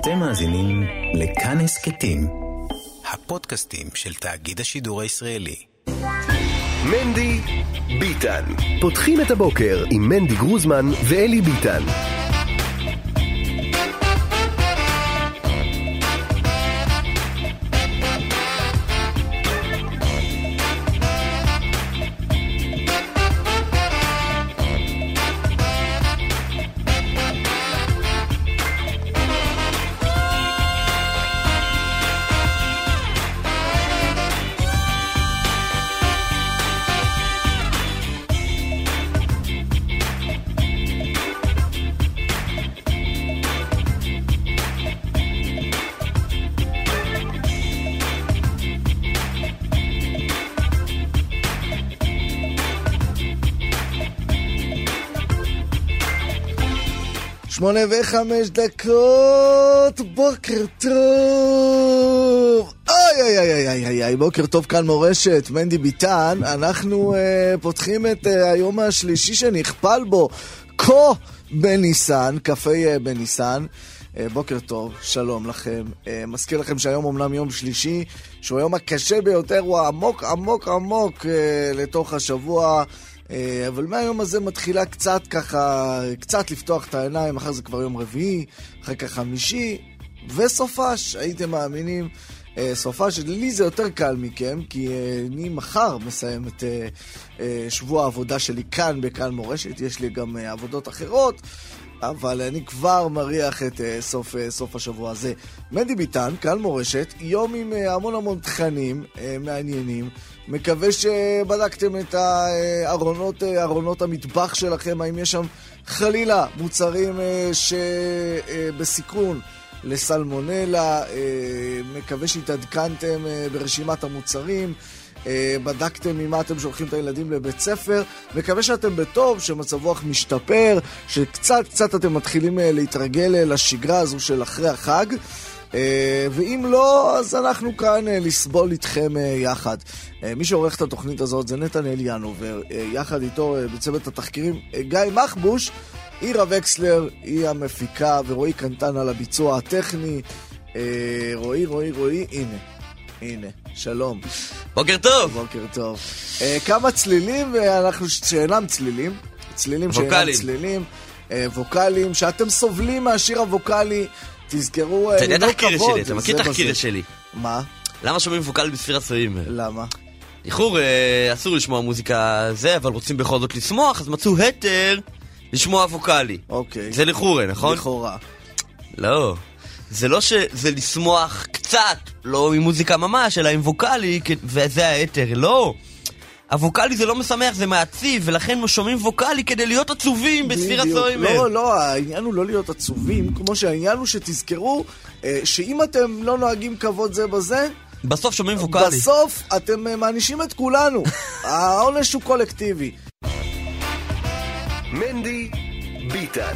אתם מאזינים לכאן הסכתים, הפודקאסטים של תאגיד השידור הישראלי. מנדי ביטן. פותחים את הבוקר עם מנדי גרוזמן ואלי ביטן. שמונה ו5 דקות, בוקר טוב. איי, בוקר טוב, כאן מורשת, מנדי ביטן. אנחנו פותחים את היום השלישי שנכפל בו כה בניסן, קפה בניסן. בוקר טוב, שלום לכם. מזכיר לכם שהיום אומנם יום שלישי, שהוא היום הקשה ביותר, הוא עמוק לתוך השבוע, אבל מהיום הזה מתחילה קצת לפתוח את העיניים. מחר זה כבר יום רביעי, אחר כך חמישי וסופש, הייתם מאמינים. סופש, לי זה יותר קל מכם, כי אני מחר מסיים את שבוע העבודה שלי כאן בכאן מורשת. יש לי גם עבודות אחרות, אבל אני כבר מריח את סוף השבוע הזה. מנדי ביטן, כאן מורשת, יום עם המון תכנים מעניינים. מקווה שבדקתם את ארונות המטבח שלכם, האם יש שם חלילה מוצרים שבסיכון לסלמונלה. מקווה שהתעדכנתם ברשימת המוצרים, בדקתם ממה אתם שולחים את הילדים לבית ספר. מקווה שאתם בטוב, שמצב רוח משתפר, שקצת אתם מתחילים להתרגל לשגרה הזו של אחרי החג, ואם לא, אז אנחנו כאן לסבול איתכם יחד. מי שעורך את התוכנית הזאת זה נתנאל ינובר, יחד איתו בצוות התחקירים גיא מחבוש, עירה וקסלר היא המפיקה, ורועי קנטן על הביצוע הטכני. רועי, הנה, שלום. בוקר טוב. בוקר טוב. כמה צלילים, ואנחנו שאינם צלילים, שאינם צלילים, ווקלים, שאתם סובלים מהשיר הווקלי, תזכרו, אתה יודע תחקיר שלי, אתה מכיר תחקיר שלי. מה? למה שומעים ווקל בספירת צבעים? למה? איחור, אסור לשמוע מוזיקה זה, אבל רוצים בכל זאת לשמוח, אז מצאו היתר לשמוע ווקלי. אוקיי. זה לכאורה, נכון? לכאורה. לא. זה לא שזה לשמוח קצת, לא עם מוזיקה ממש, אלא עם ווקלי, וזה ההיתר. לא. הווקלי זה לא משמח, זה מעציב, ולכן שומעים ווקלי כדי להיות עצובים בספירת צבעים. לא, העניין הוא לא להיות עצובים, כמו שהעניין הוא שתזכרו שאם אתם לא נוהגים כבוד זה בזה, בסוף שומעים ווקלי. בסוף אתם מענישים את כולנו. העונש הוא קולקטיבי. מנדי ביטן.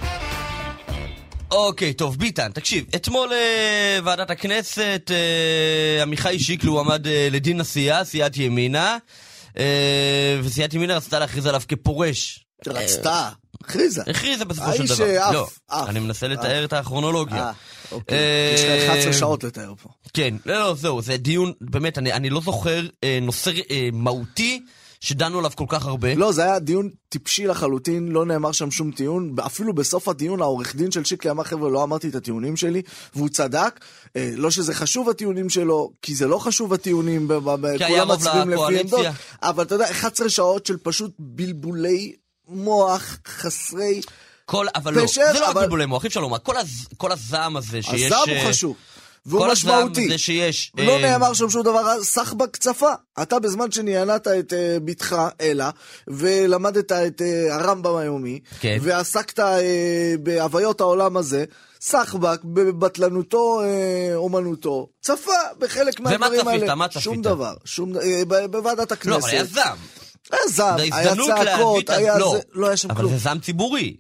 אוקיי, טוב, ביטן, תקשיב, אתמול ועדת הכנסת, עמיחי שיקלי עמד לדין סיעת ימינה, וסיעת ימינה רצתה להכריז עליו כפורש. הכריזה בסופו של דבר. לא, אני מנסה לתאר את הכרונולוגיה. אוקיי, יש לך 11 שעות לתאר פה. כן, לא, זהו, זה דיון, באמת, אני לא זוכר נושא מהותי שדנו עליו כל כך הרבה. לא, זה היה דיון טיפשי לחלוטין, לא נאמר שם שום טיעון. אפילו בסוף הדיון העורך דין של שיקלי אמר, חבר'ה, לא אמרתי את הטיעונים שלי, והוא צדק. לא שזה חשוב הטיעונים שלו, כי זה לא חשוב הטיעונים, כולם מצביעים לפי עמדות. אבל אתה יודע, 11 שעות של פשוט בלבולי מוח חסרי אבל לא, זה לא רק בלבולי מוח, אפשר לומר, כל הזעם הזה שיש... הזעם הוא חשוב. והוא משמעותי. לא נאמר שם שום דבר, סחבק צפה. אתה בזמן שניהנת את ביתך אלה, ולמדת את הרמב"ם היומי, ועסקת בהוויות העולם הזה, סחבק בבטלנותו, אומנותו, צפה בחלק מהדברים האלה. ומה צפית? שום דבר. בוועדת הכנסת. לא, אבל היה זעם. היה זעם, היה צעקות, היה זה, לא היה שם כלום. אבל זה זעם ציבורי.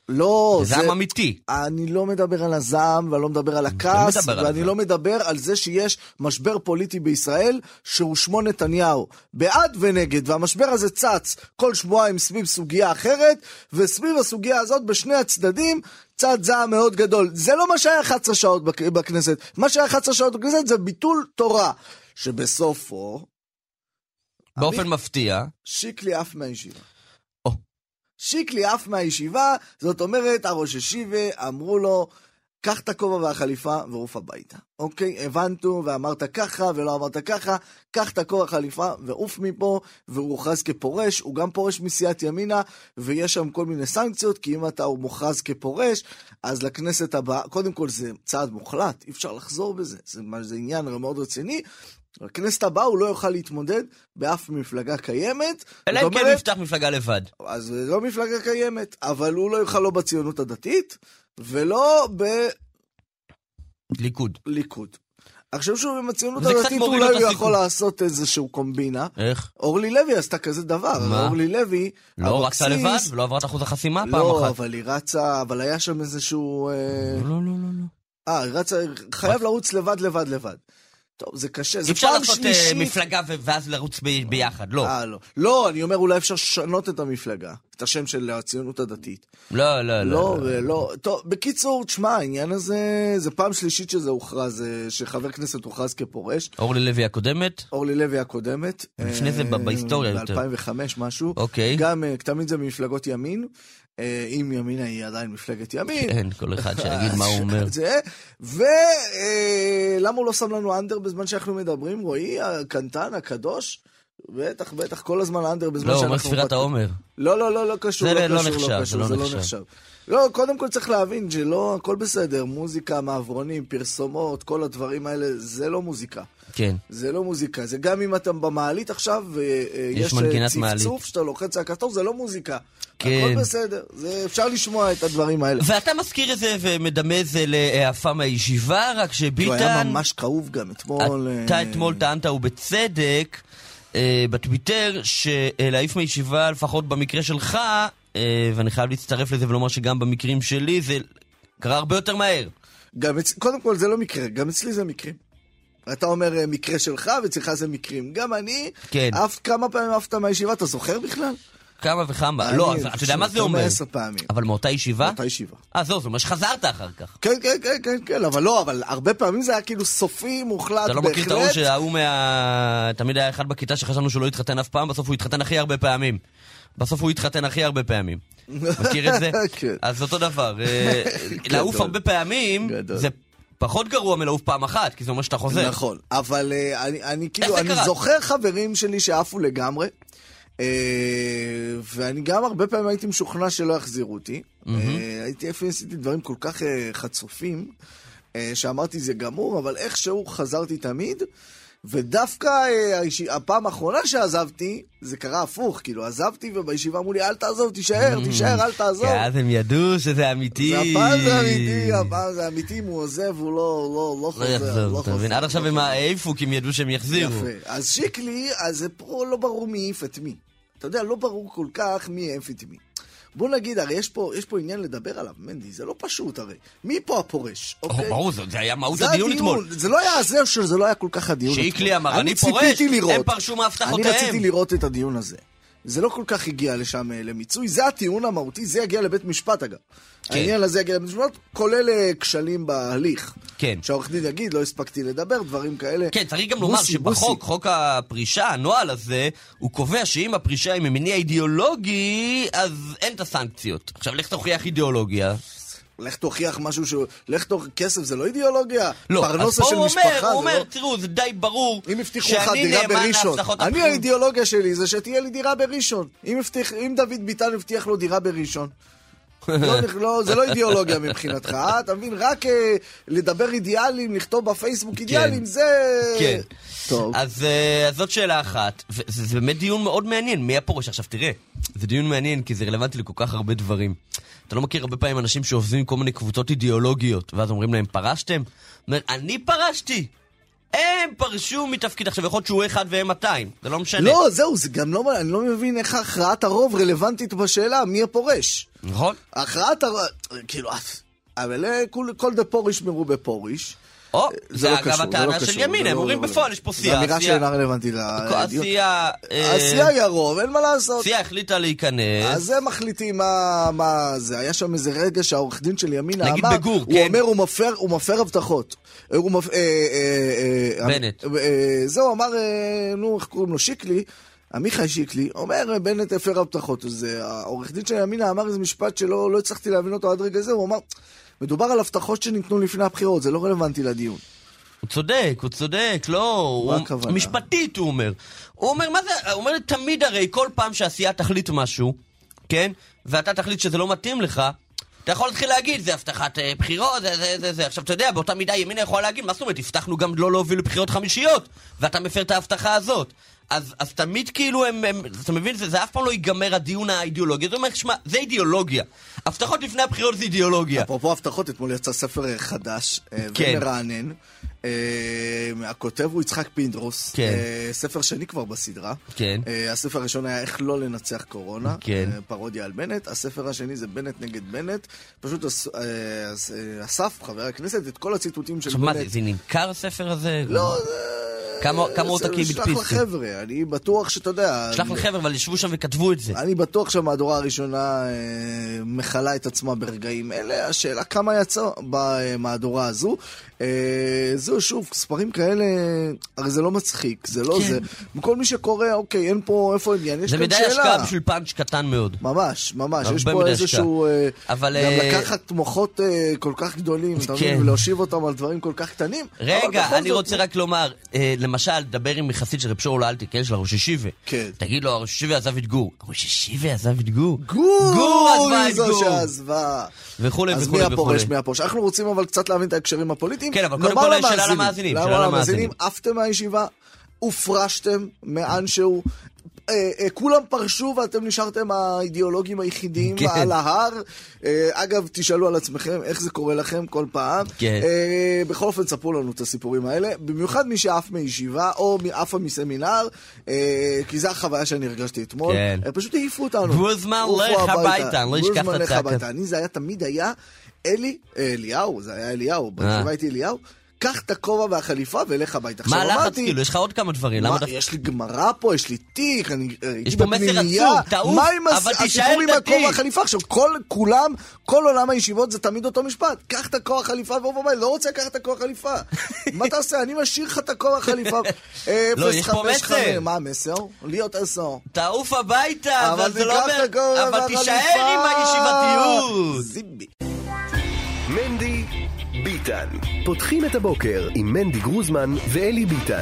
לא, זה זעם אמיתי. אני לא מדבר על הזעם, ואני לא מדבר על הכעס, ואני לא מדבר על זה שיש משבר פוליטי בישראל, שהוא שמו נתניהו, בעד ונגד, והמשבר הזה צץ כל שבועיים סביב סוגיה אחרת, וסביב הסוגיה הזאת בשני הצדדים, צד זעם מאוד גדול. זה לא מה שהיה 11 שעות בכנסת. מה שהיה 11 שעות בכנסת זה ביטול תורה, שבסופו באופן מפתיע שיקלי אף מהישיבה. שיקלי אף מהישיבה, זאת אומרת, הראש ישיבה, אמרו לו, קח את הכובע והחליפה ורוף הביתה. אוקיי, הבנתו ואמרת ככה ולא אמרת ככה, קח את הכובע והחליפה ורוף מפה, והוא מוכרז כפורש, הוא גם פורש מסיעת ימינה, ויש שם כל מיני סנקציות, כי אם אתה מוכרז כפורש, אז לכנסת הבאה, קודם כל זה צעד מוחלט, אי אפשר לחזור בזה, זה עניין מאוד רציני, בכנסת הבאה הוא לא יוכל להתמודד באף מפלגה קיימת. אלא אם כן יפתח מפלגה לבד. אז זה לא מפלגה קיימת, אבל הוא לא יוכל לא בציונות הדתית, ולא ליכוד. עכשיו שהוא עם הציונות הדתית אולי הוא יכול לעשות איזשהו קומבינה. איך? אורלי לוי עשתה כזה דבר. מה? אורלי לוי... לא רצה לבד ולא עברת אחוז החסימה פעם אחת. לא, אבל היא רצה, אבל היה שם איזשהו... לא. היא רצה, חייב לרוץ לבד. טוב, זה קשה, זה אפשר פעם לעשות שלישית. מפלגה ואז לרוץ ביחד, לא. לא, אני אומר אולי אפשר לשנות את המפלגה, את השם של הציונות הדתית. לא. טוב, בקיצור, תשמע, העניין הזה, זה פעם שלישית שזה הוכרז, שחבר כנסת הוכרז כפורש. אורלי לוי הקודמת. לפני זה בהיסטוריה יותר. ב-2005 משהו. אוקיי. גם, תמיד זה ממפלגות ימין. אם ימינה היא עדיין מפלגת ימין. כן, כל אחד שיגיד מה הוא אומר. ולמה הוא לא שם לנו אנדר בזמן שאנחנו מדברים? רואי, הקנטן, הקדוש? בטח, כל הזמן אנדר בזמן שאנחנו... לא, אומר ספירת העומר. לא קשור. זה לא נחשב. לא, קודם כל צריך להבין שלא, הכל בסדר, מוזיקה, מעברונים, פרסומות, כל הדברים האלה, זה לא מוזיקה. כן. זה לא מוזיקה, זה גם אם אתה במעלית עכשיו, ויש צפצוף שאתה לוחץ על הכפתור, זה לא מוזיקה. כן. הכל בסדר, אפשר לשמוע את הדברים האלה. ואתה מזכיר את זה ומדמה את זה להעפה מהישיבה, רק שביטן... הוא היה ממש כאוב גם אתמול. אתה אתמול טענת ובצדק, בטוויטר, שלהעיף מהישיבה, לפחות במקרה שלך, ואני חייב להצטרף לזה ולומר שגם במקרים שלי, זה קרה הרבה יותר מהר. קודם כל זה לא מקרה, גם אצלי זה מקרים. אתה אומר מקרה שלך וצריך זה מקרים. גם אני, כן. כמה פעמים עפת מהישיבה, אתה זוכר בכלל? כמה וכמה. לא, אתה יודע מה זה אומר? 10 פעמים. אבל מאותה ישיבה? מאותה ישיבה. זאת אומרת שחזרת אחר כך. כן, אבל הרבה פעמים זה היה כאילו סופי, מוחלט, בהחלט. אתה לא מכיר את ההוא שההוא תמיד היה אחד בכיתה שחשבנו שהוא לא התחתן אף פעם, בסוף הוא התחתן הכי הרבה פעמים. מכיר את זה? כן. אז אותו דבר. לעוף הרבה פעמים, זה פחות גרוע מלעוף פעם אחת, כי זה אומר שאתה חוזר. נכון, אבל אני זוכר חברים שלי שעפו לגמרי, ואני גם הרבה פעמים הייתי משוכנע שלא יחזירו אותי. עשיתי דברים כל כך חצופים, שאמרתי זה גמור, אבל איכשהו חזרתי תמיד, ודווקא הפעם האחרונה שעזבתי, זה קרה הפוך, כאילו עזבתי ובישיבה אמרו לי אל תעזוב, תישאר, אל תעזוב. כי אז הם ידעו שזה אמיתי. הפעם זה אמיתי, אם הוא עוזב, הוא לא חוזר. אתה מבין, עד עכשיו הם העיפו, כי הם ידעו שהם יחזירו. יפה, אז שיקלי, אז פה לא ברור מי העיף את מי. אתה יודע, לא ברור כל כך מי העיף את מי. בוא נגיד, הרי יש פה עניין לדבר עליו, מנדי, זה לא פשוט הרי. מי פה הפורש? ברור, זה היה מהות הדיון אתמול. זה לא היה זה לא היה כל כך הדיון אתמול. שיקלי אמר, אני פורש, הם פרשו מהבטחותיהם. אני רציתי לראות את הדיון הזה. זה לא כל כך הגיע לשם למיצוי, זה הטיעון המהותי, זה יגיע לבית משפט אגב. העניין הזה יגיע לבית משפט, כולל כשלים בהליך. כן. שהעורך דין יגיד, לא הספקתי לדבר, דברים כאלה. כן, צריך גם לומר שבחוק, חוק הפרישה, הנוהל הזה, הוא קובע שאם הפרישה היא ממניע אידיאולוגי, אז אין את הסנקציות. עכשיו, לך תוכיח אידיאולוגיה. לך תוכיח משהו לך תוכיח כסף, זה לא אידיאולוגיה? לא, פרנסה של משפחה, הוא אומר, תראו, זה די ברור אם הבטיחו לך דירה בראשון. אני האידיאולוגיה שלי זה שתהיה לי דירה בראשון. אם דוד ביטן הבטיח לו דירה בראשון. זה לא אידיאולוגיה מבחינתך, אתה מבין? רק לדבר אידיאלים, לכתוב בפייסבוק אידיאלים, זה... כן. אז זאת שאלה אחת, וזה באמת דיון מאוד מעניין, מי הפורש? עכשיו תראה, זה דיון מעניין כי זה רלוונטי לכל כך הרבה דברים. אתה לא מכיר הרבה פעמים אנשים שעובדים כל מיני קבוצות אידיאולוגיות, ואז אומרים להם, פרשתם? אומר, אני פרשתי. הם פרשו מתפקיד, עכשיו יכול להיות שהוא 1 והם 200, זה לא משנה. לא, זהו, זה גם לא, אני לא מבין איך הכרעת הרוב רלוונטית בשאלה מי הפורש. נכון. הכרעת הרוב, כאילו, אבל כל דפוריש מרובה פוריש. או, זה אגב הטענה של ימין, הם אומרים בפועל, יש פה סיעה. זה אמירה שאינה רלוונטית לדיון. הסיעה היא הרוב, אין מה לעשות. הסיעה החליטה להיכנס. אז הם מחליטים מה זה. היה שם איזה רגע שהעורך דין של ימינה נגיד אמר, בגור, הוא אומר, הוא מפר הבטחות. בנט. זהו, אמר, נו, איך קוראים לו, שיקלי, עמיחי שיקלי, אומר, בנט הפר הבטחות. אז העורך דין של ימינה אמר איזה משפט שלא הצלחתי להבין אותו עד רגע זה, הוא אמר, מדובר על הבטחות שניתנו לפני הבחירות, זה לא רלוונטי לדיון. הוא צודק, לא, משפטית הוא אומר. הוא אומר, מה זה? הוא אומר, תמיד הרי כל פעם שהסיעה תחליט משהו, כן? ואתה תחליט שזה לא מתאים לך, אתה יכול להתחיל להגיד, זה הבטחת בחירות, זה. עכשיו, אתה יודע, באותה מידה ימינה יכולה להגיד, מה זאת אומרת, הבטחנו גם לא להוביל לבחירות חמישיות, ואתה מפר את ההבטחה הזאת. אז תמיד כאילו אתה מבין, זה אף פעם לא ייגמר הדיון האידיאולוגי. זאת אומרת, שמה, זה אידיאולוגיה. הבטחות לפני הבחירות זה אידיאולוגיה. אפרופו הבטחות, אתמול יצא ספר חדש ומרענן. הכותב הוא יצחק פינדרוס. ספר שני כבר בסדרה. הספר הראשון היה איך לא לנצח קורונה. פרודיה על בנט. הספר השני זה בנט נגד בנט. פשוט אסף, חבר הכנסת, את כל הציטוטים של בנט. זה נמכר הספר הזה? לא, כמה עותקים הדפיסו? שלח לחבר'ה, אני בטוח שאתה יודע... שלח לחבר'ה, אבל ישבו שם וכתבו את זה. אני בטוח שהמהדורה הראשונה מחלה את עצמה ברגעים אלה. השאלה כמה יצא במהדורה הזו. זהו, שוב, ספרים כאלה, הרי זה לא מצחיק, זה לא זה. כל מי שקורא, אוקיי, אין פה, איפה עניין, יש כאן שאלה. זה מדי השקעה בשביל פאנץ' קטן מאוד. ממש, יש פה איזשהו... גם לקחת מוחות כל כך גדולים, ולהושיב אותם על דברים כל כך קטנים. רגע, אני רוצה רק לומר, למשל, דבר עם חסיד של רב שאול אלטי, כן, של הראש ישיבה. תגיד לו, הראש ישיבה עזב את גור. הראש ישיבה עזב את גור? גור עזבה את גור. שעזבה. וכולי אז מי הפורש? אנחנו רוצים אבל קצת להבין את ההקשרים הפוליטיים. כן, אבל קודם כל שאלה למאזינים. עפתם מהישיבה, הופרשתם מאנשהו, כולם פרשו ואתם נשארתם האידיאולוגים היחידים על ההר. אגב, תשאלו על עצמכם איך זה קורה לכם כל פעם. בכל אופן, ספרו לנו את הסיפורים האלה. במיוחד מי שעף מישיבה או עף מסמינר, כי זו החוויה שאני הרגשתי אתמול. פשוט העיפו אותנו. גוזמן לך הביתה, אני לא אשכח את הצעקה. אני, זה היה תמיד היה אליהו, זה היה אליהו, בישיבה הייתי אליהו. קח את הכובע והחליפה ולך הביתה. מה לחץ כאילו? יש לך עוד כמה דברים. יש לי גמרה פה, יש לי תיק, יש פה מסר עצוב, תעוף, אבל תישאר דתי. הכובע והחליפה? עכשיו, כל עולם הישיבות זה תמיד אותו משפט. קח את הכובע והחליפה ועוף הביתה. לא רוצה לקחת את הכובע והחליפה. מה אתה עושה? אני משאיר לך את הכובע והחליפה. לא, יש פה מסר. מה המסר? להיות 10. תעוף הביתה, אבל זה לא אומר... אבל תישאר עם הישיבתיות. זיבי. מנדי ביטן. פותחים את הבוקר עם מנדי גרוזמן ואלי ביטן.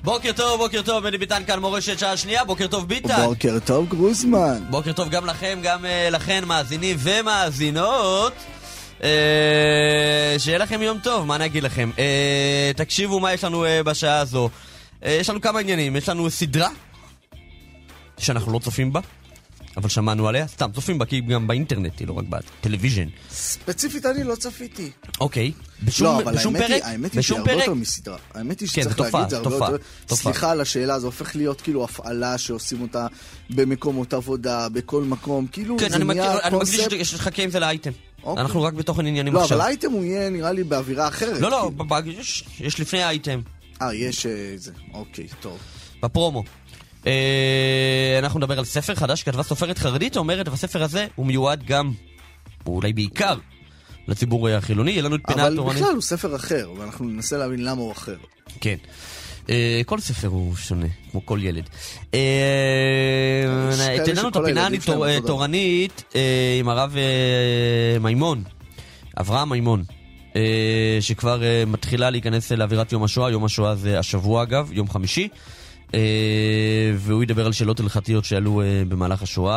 בוקר טוב, מני ביטן כאן מורשת שעה שנייה, בוקר טוב ביטן. בוקר טוב גרוזמן. בוקר טוב גם לכם, גם לכן מאזינים ומאזינות. שיהיה לכם יום טוב, מה נגיד לכם? תקשיבו מה יש לנו בשעה הזו. יש לנו כמה עניינים, יש לנו סדרה שאנחנו לא צופים בה, אבל שמענו עליה, סתם צופים בה כי גם באינטרנט, לא רק בטלוויז'ן. ספציפית אני לא צפיתי. אוקיי, לא, אבל בשום פרק? האמת היא שזה הרבה יותר מסדרה. האמת היא שצריך להגיד, זה הרבה יותר... סליחה על השאלה, זה הופך להיות כאילו הפעלה שעושים אותה במקומות עבודה, בכל מקום, כאילו זה נהיה קונספט. אני מגדיש שיש לך קיים זה לאייטם. אנחנו רק בתוכן עניינים עכשיו. לא, אבל האייטם הוא יהיה נראה לי באווירה אחרת. לא, יש לפני האייטם. יש זה, אוקיי, טוב. בפרומו. אנחנו נדבר על ספר חדש שכתבה סופרת חרדית אומרת, והספר הזה הוא מיועד גם, אולי בעיקר, לציבור החילוני. יהיה לנו את פינה התורנית. אבל בכלל הוא ספר אחר, ואנחנו ננסה להבין למה הוא אחר. כן. כל ספר הוא שונה, כמו כל ילד. תדענו את הפינה התורנית עם הרב מימון, אברהם מימון, שכבר מתחילה להיכנס לאווירת יום השואה. יום השואה זה השבוע אגב, יום חמישי. והוא ידבר על שאלות הלכתיות שעלו במהלך השואה,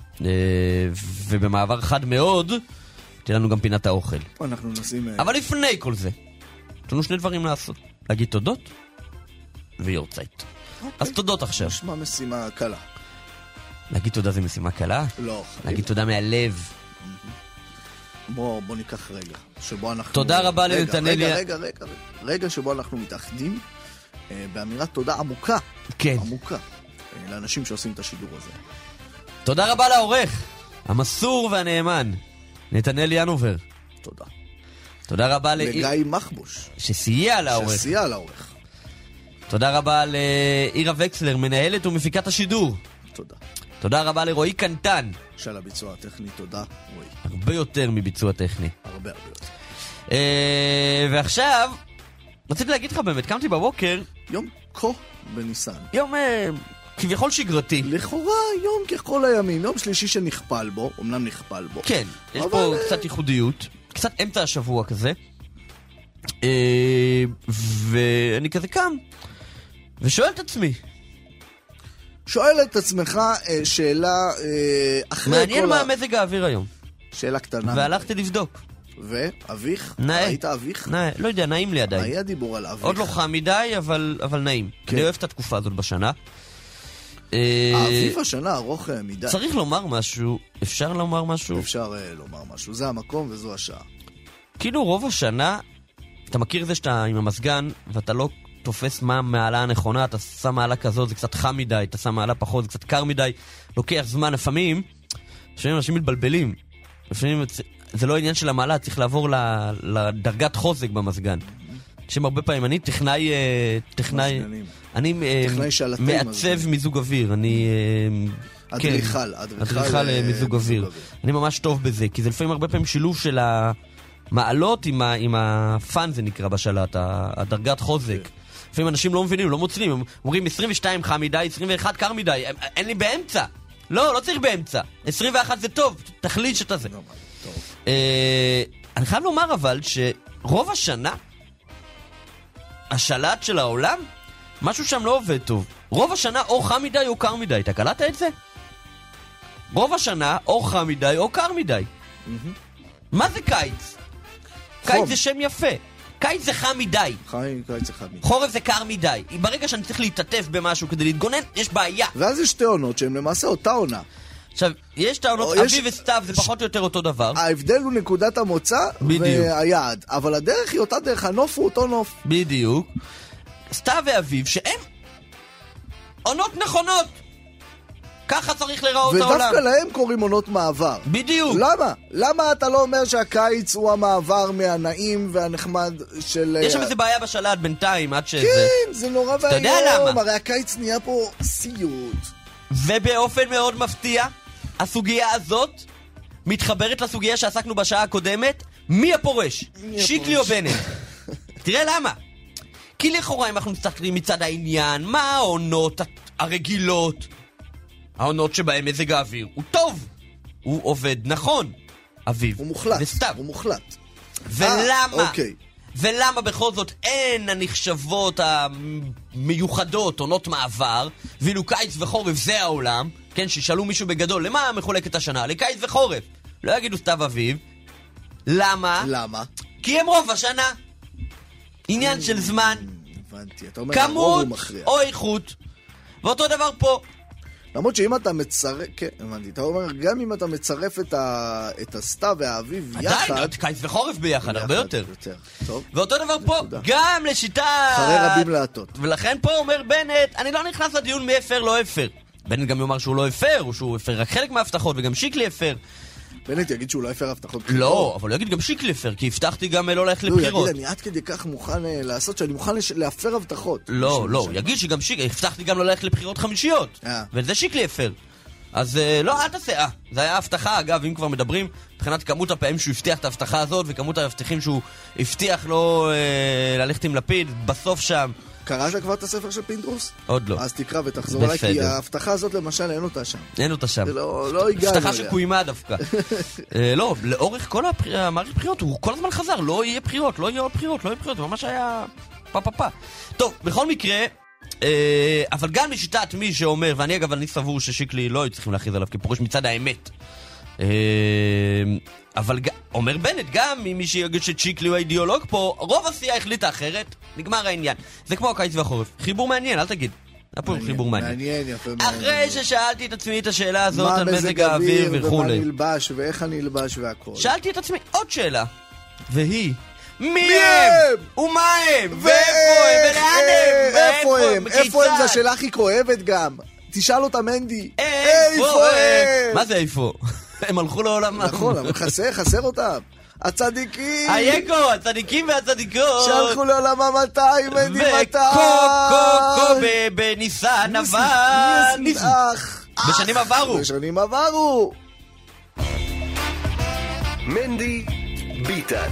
ובמעבר חד מאוד תהיה לנו גם פינת האוכל. אנחנו נשים... אבל לפני כל זה יש לנו שני דברים לעשות: להגיד תודות ויורצייט. אז תודות עכשיו. נשמע משימה קלה. להגיד תודה זה משימה קלה? לא. להגיד תודה מהלב. בוא ניקח רגע שבו אנחנו... תודה רבה לנתנאל. רגע שבו אנחנו מתאחדים באמירת תודה עמוקה. כן. עמוקה. לאנשים שעושים את השידור הזה. תודה רבה לעורך המסור והנאמן נתנאל ינובר. תודה. תודה רבה לגיא מחבוש שסייע לעורך. תודה רבה לאירה וקסלר, מנהלת ומפיקת השידור. תודה. תודה רבה לרועי קנטן של הביצוע הטכני. תודה רועי. הרבה יותר מביצוע טכני. הרבה יותר. ועכשיו רציתי להגיד לך, באמת קמתי בבוקר, יום כה בניסן, יום כביכול שגרתי, לכאורה יום ככל הימים, יום שלישי שנכפל בו, אמנם נכפל בו, כן, יש פה קצת ייחודיות, קצת אמצע השבוע כזה, ואני כזה קם ושואל את עצמי, שואל את עצמך שאלה אחרי כל מעניין מה מזג האוויר היום, שאלה קטנה, והלכתי לבדוק. ואביך? נאה. היית אביך? נאה, לא יודע, נעים לי עדיין. היה דיבור על אביך. עוד לא חם מדי, אבל נעים. כן. אני אוהב את התקופה הזאת בשנה. האביב השנה ארוך מדי. צריך לומר משהו, אפשר לומר משהו? אפשר לומר משהו, זה המקום וזו השעה. כאילו רוב השנה, אתה מכיר זה שאתה עם המסגן, ואתה לא תופס מה מעלה הנכונה, אתה שם מעלה כזאת, זה קצת חם מדי, אתה שם מעלה פחות, זה קצת קר מדי, לוקח זמן, לפעמים אנשים מתבלבלים. לפעמים זה לא עניין של המעלה, צריך לעבור לדרגת חוזק במסגן. שם הרבה פעמים, אני טכנאי מעצב מיזוג אוויר, אני אדריכל מיזוג אוויר. אני ממש טוב בזה, כי זה לפעמים הרבה פעמים שילוב של המעלות עם הפן, זה נקרא בשלט, הדרגת חוזק. לפעמים אנשים לא מבינים, לא מוצאים, הם אומרים 22 חם מדי, 21 קר מדי, אין לי באמצע. לא צריך באמצע. 21 זה טוב, תחליט שאתה זה. אני חייב לומר אבל שרוב השנה השלט של העולם משהו שם לא עובד טוב. רוב השנה או חם מדי או קר מדי. אתה קלטת את זה? רוב השנה או חם מדי או קר מדי. מה זה קיץ? קיץ זה שם יפה. קיץ זה חם מדי. קיץ זה חם מדי. חורף זה קר מדי. ברגע שאני צריך להתעטף במשהו כדי להתגונן, יש בעיה. ואז יש שתי עונות שהן למעשה אותה עונה. עכשיו, יש את העונות, אביב וסתיו זה פחות או יותר אותו דבר. ההבדל הוא נקודת המוצא והיעד. אבל הדרך היא אותה דרך, הנוף הוא אותו נוף. בדיוק. סתיו ואביב שהם עונות נכונות. ככה צריך לראות העולם. ודווקא להם קוראים עונות מעבר. בדיוק. למה? למה אתה לא אומר שהקיץ הוא המעבר מהנעים והנחמד של... יש שם איזה בעיה בשלט בינתיים עד שזה... כן, זה נורא ואיום. אתה יודע למה? הרי הקיץ נהיה פה סיוט. ובאופן מאוד מפתיע, הסוגיה הזאת מתחברת לסוגיה שעסקנו בשעה הקודמת. מי הפורש? שיקלי או בנט? תראה למה. כי לכאורה אם אנחנו מסתכלים מצד העניין, מה העונות הרגילות? העונות שבהם מזג האוויר הוא טוב, הוא עובד נכון, אביב הוא מוחלט, וסתיו. הוא מוחלט. ולמה? אוקיי. ולמה בכל זאת אין הנחשבות המיוחדות, עונות מעבר, ואילו קיץ וחורף זה העולם, כן, שישאלו מישהו בגדול, למה מחולקת השנה? לקיץ וחורף. לא יגידו סתיו אביב. למה? למה? כי הם רוב השנה. עניין של זמן, הבנתי, אתה אומר, כמות הוא מכריע. או איכות. ואותו דבר פה. למרות שאם אתה מצרף, כן, הבנתי, אתה אומר, גם אם אתה מצרף את הסתיו והאביב יחד... עדיין, קיץ וחורף ביחד, הרבה יותר. טוב. ואותו דבר פה, גם לשיטה... אחרי רבים להטות. ולכן פה אומר בנט, אני לא נכנס לדיון מי אפר, לא אפר. בנט גם יאמר שהוא לא אפר, או שהוא אפר רק חלק מההבטחות, וגם שיקלי אפר. בנט יגיד שהוא לא אפר הבטחות בחירות. לא, אבל הוא יגיד גם שיקלי אפר, כי הבטחתי גם לא ללכת לבחירות. הוא יגיד, אני עד כדי כך מוכן לעשות, שאני מוכן להפר הבטחות. לא, הוא יגיד שגם שיקלי, הבטחתי גם לא ללכת לבחירות חמישיות. וזה שיקלי אפר. אז לא, אל תעשה. זה היה הבטחה, אגב, אם כבר מדברים, מבחינת כמות הפעמים שהוא הבטיח את ההבטחה הזאת, וכמות ההבטחים שהוא הבטיח לא ללכת עם לפיד, בסוף שם. קראת כבר את הספר של פינדרוס? עוד לא. אז תקרא ותחזור אליי, כי ההבטחה הזאת למשל אין אותה שם. אין אותה שם. זה לא הגענו. הבטחה שקוימה דווקא. לא, לאורך כל המערכת בחירות, הוא כל הזמן חזר, לא יהיה בחירות, לא יהיה בחירות, לא יהיה בחירות, ממש היה פה. טוב, בכל מקרה, אבל גם משיטת מי שאומר, ואני אגב, אני סבור ששיקלי לא צריכים להכריז עליו כפורש מצד האמת. אבל אומר בנט, גם מי שיגיד ששיקלי הוא האידיאולוג פה, רוב הסיעה החליטה אחרת, נגמר העניין. זה כמו הקיץ והחורף. חיבור מעניין, אל תגיד. פה חיבור מעניין. אחרי ששאלתי את עצמי את השאלה הזאת על מזג האוויר וכו', ומה נלבש ואיך אני נלבש והכל, שאלתי את עצמי עוד שאלה, והיא מי הם? ומה הם? ואיפה הם? ולאן הם? איפה הם? זה השאלה הכי כואבת גם. תשאל אותה מנדי. איפה הם? מה זה איפה? הם הלכו לעולם. נכון, אבל חסר אותם. הצדיקים. היקו, הצדיקים והצדיקות. שהלכו לעולם 200, מנדי 200. וקו בניסן אבל בשנים עברו. בשנים עברו. מנדי ביטן.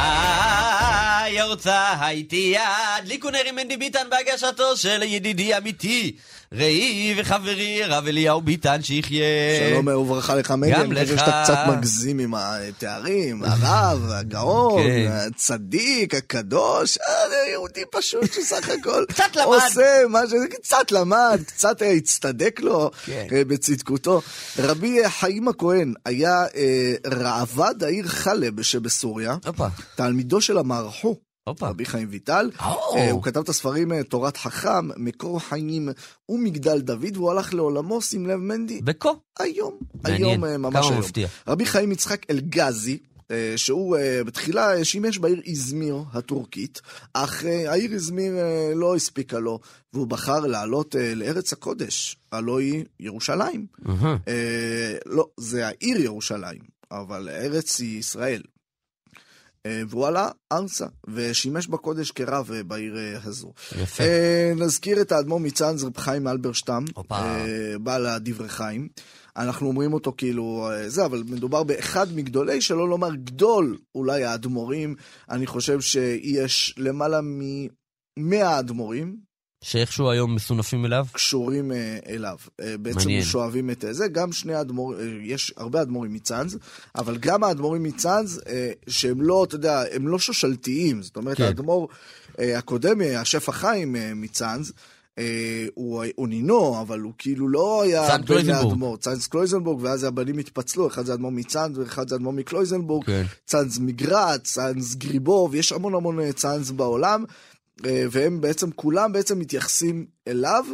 יורצה הייתי יד ליקונר עם מנדי ביטן בהגשתו של ידידי אמיתי ראי וחברי רב אליהו ביטן שיחיה. שלום וברכה לך מנדי. אני חושב שאתה קצת מגזים עם התארים, הרב, הגאון, הצדיק, הקדוש, יהודי פשוט שסך הכל קצת למד, עושה משהו, קצת למד, קצת הצטדק לו בצדקותו. רבי חיים הכהן היה רעבד העיר חלב שבסוריה, תלמידו של המערכו רבי חיים ויטל. הוא כתב את הספרים תורת חכם, מקור חיים ומגדל דוד, והוא הלך לעולמו, שים לב מנדי, בקו היום ממש היום. רבי חיים יצחק אלגזי, שהוא בתחילה שימש בעיר איזמיר הטורקית, אך העיר איזמיר לא הספיקה לו, והוא בחר לעלות לארץ הקודש, הלא היא ירושלים. לא, זה העיר ירושלים, אבל הארץ היא ישראל. והוא עלה ארצה, ושימש בקודש כרב בעיר הזו. יפה. נזכיר את האדמו"ר מצאנז רב חיים אלברשטם, בעל הדברי חיים. אנחנו אומרים אותו כאילו זה, אבל מדובר באחד מגדולי, שלא לומר גדול אולי האדמו"רים. אני חושב שיש למעלה מ100 אדמו"רים, שאיכשהו היום מסונפים אליו? קשורים אליו. בעצם שואבים את זה. גם שני אדמו"רים, יש הרבה אדמו"רים מצאנז, אבל גם האדמו"רים מצאנז, שהם לא, אתה יודע, הם לא שושלתיים. זאת אומרת, האדמו"ר הקודם, השף החיים מצאנז, הוא נינו, אבל הוא כאילו לא היה בן האדמו"ר. צאנז קלויזנבורג, ואז הבנים התפצלו, אחד זה אדמו"ר מצאנז, ואחד זה אדמו"ר מקלויזנבורג, צאנז מגרץ, צאנז גריבוב, יש המון המון צאנז בעולם, והם בעצם, כולם בעצם מתייחסים אליו,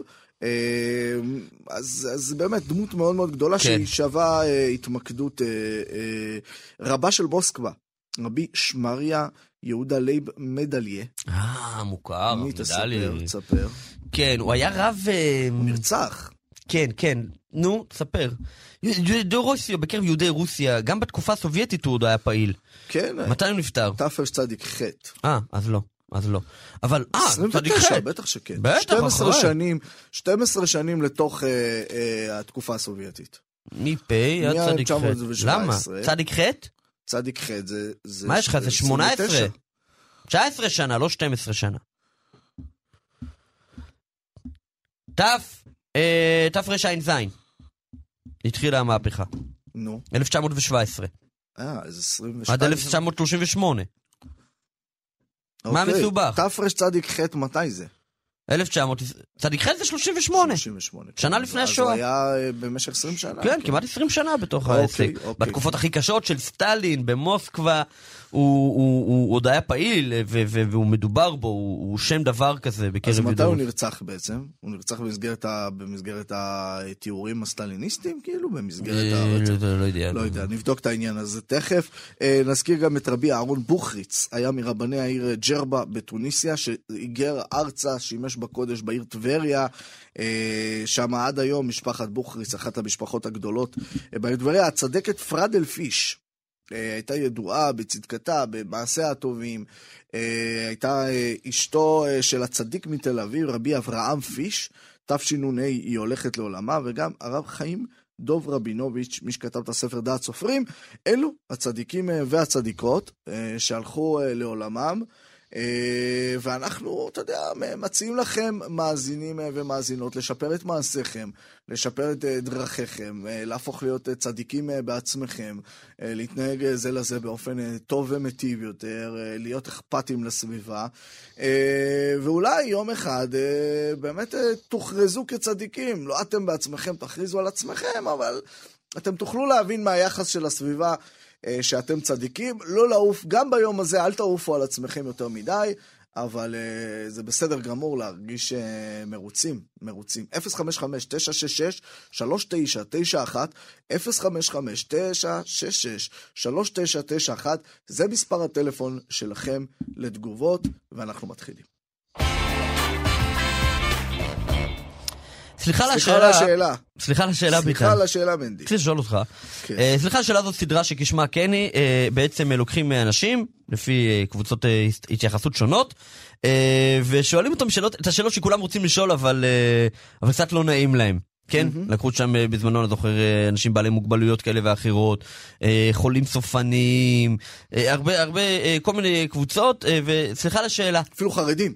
אז באמת דמות מאוד מאוד גדולה, שהיא שווה התמקדות רבה של מוסקבה, רבי שמריה יהודה לייב מדליה. מוכר, מדליה. תספר. כן, הוא היה רב... הוא נרצח. כן, נו, תספר. יהודי רוסיה, בקרב יהודי רוסיה, גם בתקופה הסובייטית הוא עוד היה פעיל. כן. מתי הוא נפטר? תצ"ק ח'. אז לא. אבל, 29, בטח שכן. 12 שנים לתוך התקופה הסובייטית. מפה עד צדיק ח'. למה? צדיק ח'? צדיק ח' זה... מה יש לך? זה 18? 19 שנה, לא 12 שנה. תרע"ז. התחילה המהפכה. נו. 1917. אז 22. עד 1938. מה מסובך? תפרש צדיק ח' מתי זה? 1900, צדיק ח' זה 38. שנה לפני השואה. אז הוא היה במשך 20 שנה. כן, כמעט 20 שנה בתוך העסק. בתקופות הכי קשות של סטלין, במוסקבה, הוא עוד היה פעיל, והוא מדובר בו, הוא שם דבר כזה בקרב ידעות. אז מתי הוא נרצח בעצם? הוא נרצח במסגרת התיאורים הסטליניסטיים, כאילו? במסגרת הרצח? לא יודע, נבדוק את העניין הזה תכף. נזכיר גם את רבי אהרון בוכריץ, היה מרבני העיר ג'רבה בתוניסיה, שהיגר ארצה, שימש בקודש בעיר טבריה, שם עד היום משפחת בוכריץ, אחת המשפחות הגדולות בעיר טבריה, הצדקת פרדל פיש, הייתה ידועה בצדקתה, במעשיה הטובים, הייתה אשתו של הצדיק מתל אביב, רבי אברהם פיש, תשנ"ה היא הולכת לעולמה, וגם הרב חיים דוב רבינוביץ', מי שכתב את הספר דעת סופרים, אלו הצדיקים והצדיקות שהלכו לעולמם, ואנחנו, אתה יודע, מציעים לכם מאזינים ומאזינות לשפר את מעשיכם, לשפר את דרכיכם, להפוך להיות צדיקים בעצמכם, להתנהג זה לזה באופן טוב ומטיב יותר, להיות אכפתים לסביבה, ואולי יום אחד באמת תוכרזו כצדיקים, לא אתם בעצמכם תכריזו על עצמכם, אבל אתם תוכלו להבין מה היחס של הסביבה שאתם צדיקים, לא לעוף, גם ביום הזה אל תעופו על עצמכם יותר מדי, אבל זה בסדר גמור להרגיש מרוצים. 055-966-3991, 055-966-3991, זה מספר הטלפון שלכם לתגובות, ואנחנו מתחילים. סליחה על השאלה, מנדי. צריך לשאול אותך. סליחה על השאלה הזאת סדרה שכשמה קני, בעצם לוקחים אנשים, לפי קבוצות התייחסות שונות, ושואלים אותם את השאלות שכולם רוצים לשאול, אבל קצת לא נעים להם. כן? לקחו שם בזמנו, אני זוכר, אנשים בעלי מוגבלויות כאלה ואחרות, חולים סופניים, הרבה, כל מיני קבוצות, וסליחה לשאלה. אפילו חרדים.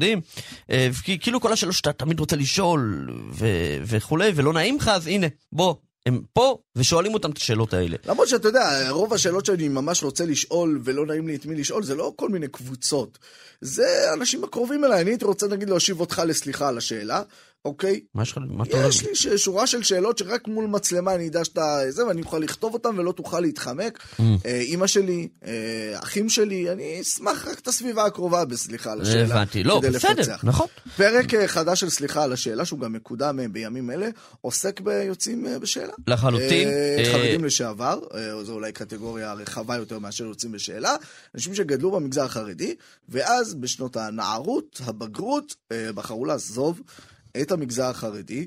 כאילו כל השאלות שאתה תמיד רוצה לשאול, וכולי, ולא נעים לך, אז הנה, בוא. הם פה ושואלים אותם את השאלות האלה. למרות שאתה יודע, רוב השאלות שאני ממש רוצה לשאול ולא נעים לי את מי לשאול, זה לא כל מיני קבוצות. זה אנשים הקרובים אליי. אני הייתי רוצה נגיד להושיב אותך לסליחה על השאלה, אוקיי? יש לי שורה של שאלות שרק מול מצלמה אני יודע שאתה זה, ואני אוכל לכתוב אותם ולא תוכל להתחמק. אמא שלי, אחים שלי, אני אשמח רק את הסביבה הקרובה בסליחה על השאלה. הבנתי, לא, בסדר, נכון. פרק חדש של סליחה על השאלה, שהוא גם מקודם בימים אלה, עוסק ביוצאים בשאלה. לחלוטין. חרדים לשעבר, זו אולי קטגוריה רחבה יותר מאשר יוצאים בשאלה, אנשים שגדלו במגזר החרדי, ואז בשנות הנערות, הבגרות, בחרו לעזוב את המגזר החרדי,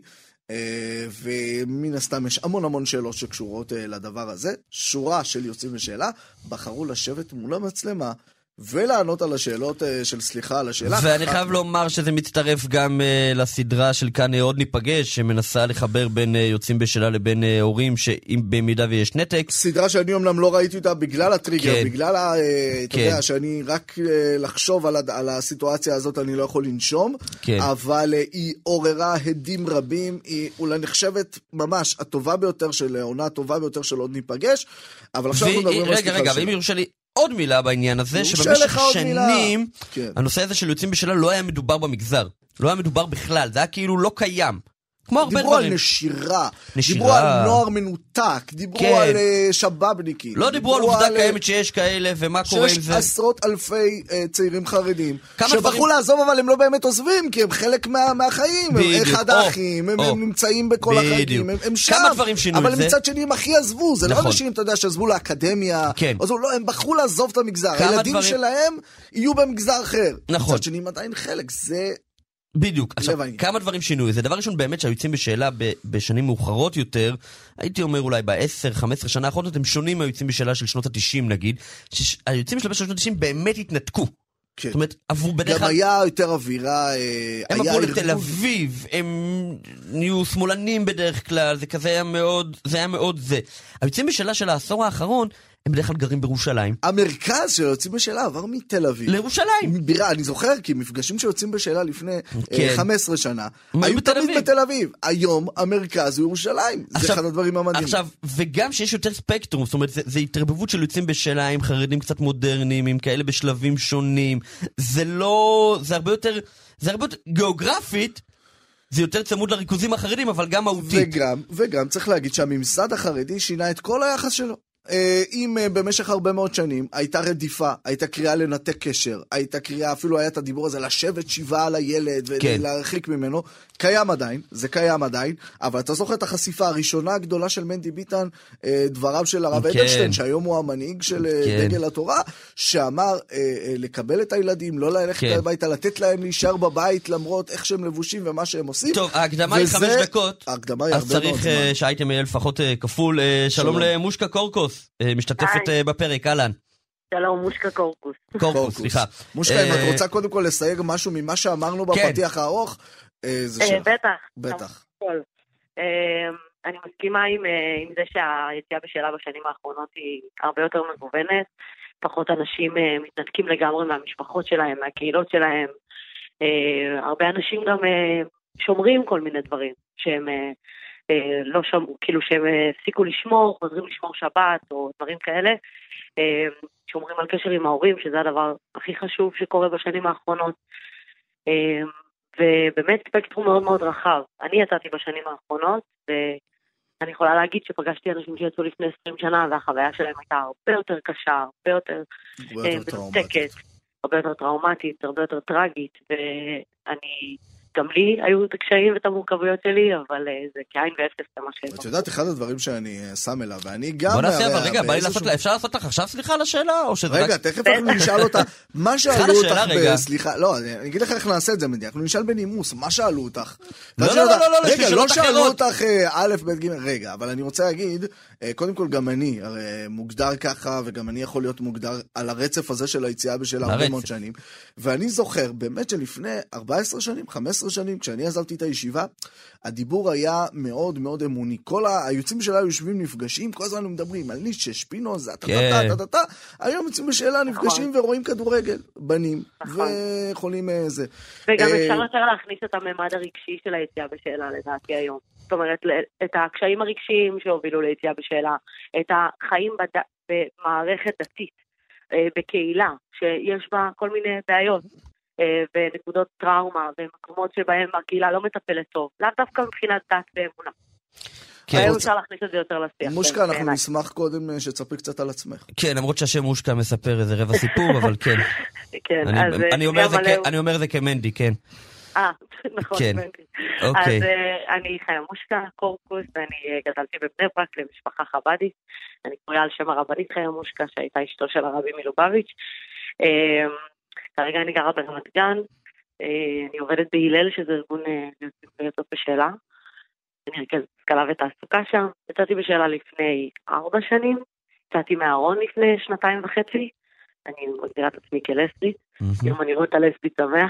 ומן הסתם יש המון שאלות שקשורות לדבר הזה. שורה של יוצאים בשאלה בחרו לשבת מול המצלמה ולענות על השאלות של סליחה על השאלה. ואני חייב לומר שזה מצטרף גם לסדרה של כאן עוד ניפגש, שמנסה לחבר בין יוצאים בשאלה לבין הורים במידה ויש נתק. סדרה שאני אומנם לא ראיתי אותה בגלל הטריגר, בגלל אתה יודע שאני רק לחשוב על הסיטואציה הזאת אני לא יכול לנשום, אבל היא עוררה הדים רבים, היא אולי נחשבת ממש הטובה ביותר של עונה הטובה ביותר של עוד ניפגש, אבל עכשיו אנחנו מדברים על סליחה. רגע, ואם יורשה לי עוד מילה בעניין הזה, שבמשך שנים הנושא הזה של יוצאים בשאלה לא היה מדובר במגזר, לא היה מדובר בכלל, זה היה כאילו לא קיים. כמו הרבה דיברו דברים. על נשירה, דיברו על נוער מנותק, דיברו על שבאבניקים. לא דיברו על עובדה קיימת שיש כאלה, ומה קורה עם זה. שיש עשרות אלפי צעירים חרדים, שבחרו לעזוב אבל הם לא באמת עוזבים, כי הם חלק מהחיים, אחד האחים, הם נמצאים בכל החיים, הם שם, אבל מצד שני הם הכי עזבו, זה לא אנשים, אתה יודע, שעזבו לאקדמיה, הם בחרו לעזוב את המגזר, הילדים שלהם יהיו במגזר אחר. מצד שני הם עדיין חלק, זה... בדיוק. עכשיו, כמה דברים שינוי. זה דבר ראשון באמת שהיוצאים בשאלה בשנים מאוחרות יותר, הייתי אומר אולי ב-10-15 שנה האחרונות, הם שונים מהיוצאים בשאלה של שנות ה-90 נגיד, שהיוצאים של שנות ה-90 באמת התנתקו. כן. זאת אומרת, עברו בדרך כלל... גם היה יותר אווירה... הם עברו לתל אביב, הם נהיו שמאלנים בדרך כלל, זה כזה היה מאוד זה. היוצאים בשאלה של העשור האחרון, הם בדרך כלל גרים בירושלים. המרכז שיוצאים בשאלה עבר מתל אביב. לירושלים. מבירה, אני זוכר, כי מפגשים שיוצאים בשאלה לפני 15 שנה, היו בתל תמיד אביב. בתל אביב. היום המרכז הוא ירושלים. זה אחד הדברים המדהימים. עכשיו, וגם שיש יותר ספקטרום, זאת אומרת, זה התרבבות של יוצאים בשאלה עם חרדים קצת מודרניים, עם כאלה בשלבים שונים. זה לא, זה הרבה יותר גיאוגרפית, זה יותר צמוד לריכוזים החרדים, אבל גם מהותית. וגם צריך להגיד שהממסד החרדי שינה את כל היחס שלו. אם במשך הרבה מאוד שנים הייתה רדיפה, הייתה קריאה לנתק קשר, הייתה קריאה, אפילו היה את הדיבור הזה, לשבת שבעה על הילד ולהרחיק ממנו, קיים עדיין, זה קיים עדיין, אבל אתה זוכר את החשיפה הראשונה הגדולה של מנדי ביטן, דבריו של הרב אדלשטיין, שהיום הוא המנהיג של דגל התורה, שאמר לקבל את הילדים, לא ללכת הביתה, לתת להם להישאר בבית, למרות איך שהם לבושים ומה שהם עושים. טוב, ההקדמה היא 5 דקות, אז צריך שהייתם יהיה לפחות כפול. שלום למושקה קורקוס, משתתפת בפרק, אהלן. שלום, מושקה קורקוס. קורקוס, סליחה. מושקה, אם את רוצה קודם כל לסייג משהו ממה שאמרנו בפתיח הארוך, זה שלך. בטח. אני מסכימה עם זה שהיציאה בשאלה בשנים האחרונות היא הרבה יותר מגוונת, פחות אנשים מתנתקים לגמרי מהמשפחות שלהם, מהקהילות שלהם, הרבה אנשים גם שומרים כל מיני דברים שהם לא שמעו, כאילו שהם הפסיקו לשמור, חוזרים לשמור שבת או דברים כאלה, שומרים על קשר עם ההורים, שזה הדבר הכי חשוב שקורה בשנים האחרונות, ובאמת ספקטרום מאוד מאוד רחב. אני יצאתי בשנים האחרונות, ואני יכולה להגיד שפגשתי אנשים שיצאו לפני 20 שנה, והחוויה שלהם הייתה הרבה יותר קשה, הרבה יותר מנותקת, הרבה יותר טראומטית, הרבה יותר טרגית, ואני... גם לי היו את הקשיים ואת המורכבויות שלי, אבל זה כעין ואפס למה שלא. את יודעת, אחד הדברים שאני שם אליו, ואני גם... בוא נעשה, אבל רגע, אפשר לעשות לך עכשיו סליחה על השאלה? רגע, תכף אנחנו נשאל אותה, מה שאלו אותך בסליחה, לא, אני אגיד לך איך נעשה את זה, אנחנו נשאל בנימוס, מה שאלו אותך? רגע, לא שאלו אותך א', ב', ג', רגע, אבל אני רוצה להגיד, קודם כל גם אני מוגדר ככה, וגם אני יכול להיות מוגדר על הרצף הזה של היציאה בשל הרבה מאוד שנים, ואני זוכר באמת שלפני 14 שנים, 15 שנים, כשאני עזבתי את הישיבה, הדיבור היה מאוד מאוד אמוני. כל היוצאים שלה יושבים נפגשים, כל הזמן מדברים על ניטשה, שפינוזה, היום יוצאים בשאלה נפגשים ורואים כדורגל, בנים, ויכולים זה. וגם אפשר יותר להכניס את הממד הרגשי של היציאה בשאלה, לדעתי היום. זאת אומרת, את הקשיים הרגשיים שהובילו ליציאה בשאלה, את החיים במערכת דתית, בקהילה, שיש בה כל מיני בעיות. ונקודות טראומה ומקומות שבהם הקהילה לא מטפלת טוב, לאו דווקא מבחינת דת ואמונה. היום אפשר להכניס את זה יותר לשיח. מושקה, אנחנו נשמח קודם שתספרי קצת על עצמך. כן, למרות שהשם מושקה מספר איזה רבע סיפור, אבל כן. אני אומר זה כמנדי, כן. נכון, מנדי. אז אני חיה מושקה קורקוס, ואני גדלתי בבני ברק למשפחה חבדית. אני קוראה על שם הרבנית חיה מושקה, שהייתה אשתו של הרבי מלובביץ'. כרגע אני גרה ברמת גן, אני עובדת בהילל, שזה ארגון יוצאות בשאלה. אני רכזת השכלה ותעסוקה שם. יצאתי בשאלה לפני 4 שנים, יצאתי מהארון לפני 2.5. אני מגדירה את עצמי כלסבית, אם אני רואה את הלסבית שמח.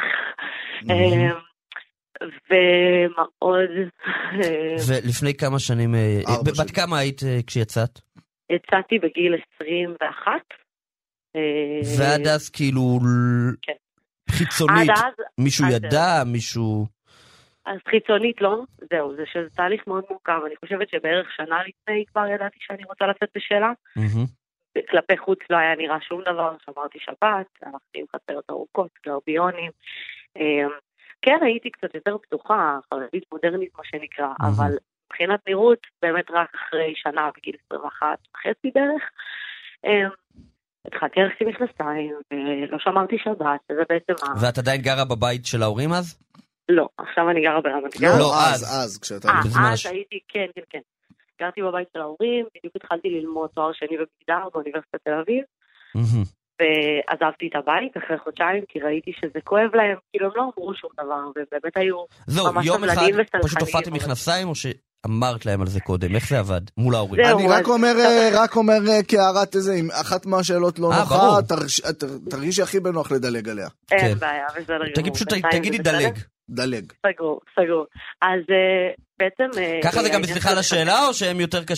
ומאוד... ולפני כמה שנים, בת כמה היית כשיצאת? יצאתי בגיל 21. ועד אז כאילו חיצונית, מישהו ידע, מישהו... אז חיצונית לא, זהו, זה שזה תהליך מאוד מורכב, אני חושבת שבערך שנה לפני כבר ידעתי שאני רוצה לצאת בשאלה, כלפי חוץ לא היה נראה שום דבר, שמרתי שבת, הלכתי עם חצאיות ארוכות, גרביונים, כן הייתי קצת יותר פתוחה, חרדית מודרנית מה שנקרא, אבל מבחינת נראות, באמת רק אחרי שנה בגיל 21 וחצי בערך, התחלתי ללכת מכנסיים, ולא שמרתי שבת, וזה בעצם... ואת עדיין גרה בבית של ההורים אז? לא, עכשיו אני גרה ברמת גן. לא, אז כשאתה... אז הייתי, כן. גרתי בבית של ההורים, בדיוק התחלתי ללמוד תואר שני במגדר באוניברסיטת תל אביב, ועזבתי את הבית אחרי חודשיים, כי ראיתי שזה כואב להם, כאילו הם לא אמרו שום דבר, ובאמת היו ממש סמלנים וסלחנים. פשוט הופעתם מכנסיים, או שאמרת להם על זה קודם? איך זה עבד מול ההורים? אני רק אומר כהערת איזה, אם אחת מהשאלות לא נוחה, תרגישי הכי בנוח לדלג עליה. אין בעיה, בסדר גמור. תגידי דלג. סגור. אז בעצם... ככה זה גם בסליחה לשאלה, או שהם יותר קשים?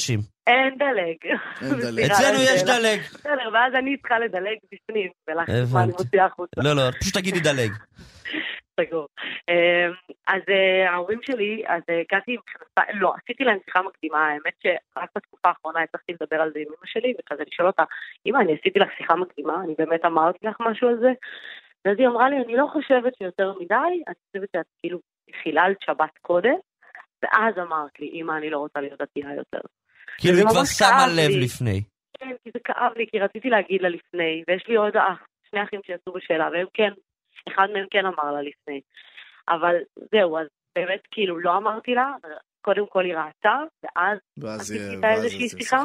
אין דלג. אצלנו יש דלג. בסדר, ואז אני צריכה לדלג בפנים, ולהחליט מה אני מוציאה החוצה. לא, פשוט תגידי דלג. סגור. אז ההורים שלי, אז הגעתי עם מכנסיים, לא, עשיתי להם שיחה מקדימה, האמת שרק בתקופה האחרונה הצלחתי לדבר על זה עם אמא שלי, וכזה לשאול אותה, אמא, אני עשיתי לך שיחה מקדימה, אני באמת אמרתי לך משהו על זה? ואז היא אמרה לי, אני לא חושבת שיותר מדי, אני חושבת שאת כאילו חיללת שבת קודם, ואז אמרת לי, אמא, אני לא רוצה להיות דתייה יותר. כאילו היא כבר שמה לב לפני. כן, כי זה כאב לי, כי רציתי להגיד לה לפני, ויש לי עוד שני אחים שיצאו בשאלה, והם כן, אחד מהם כן אמר לה לפני. אבל זהו, אז באמת כאילו לא אמרתי לה, קודם כל היא ראתה, ואז עשיתי איתה איזושהי שיחה.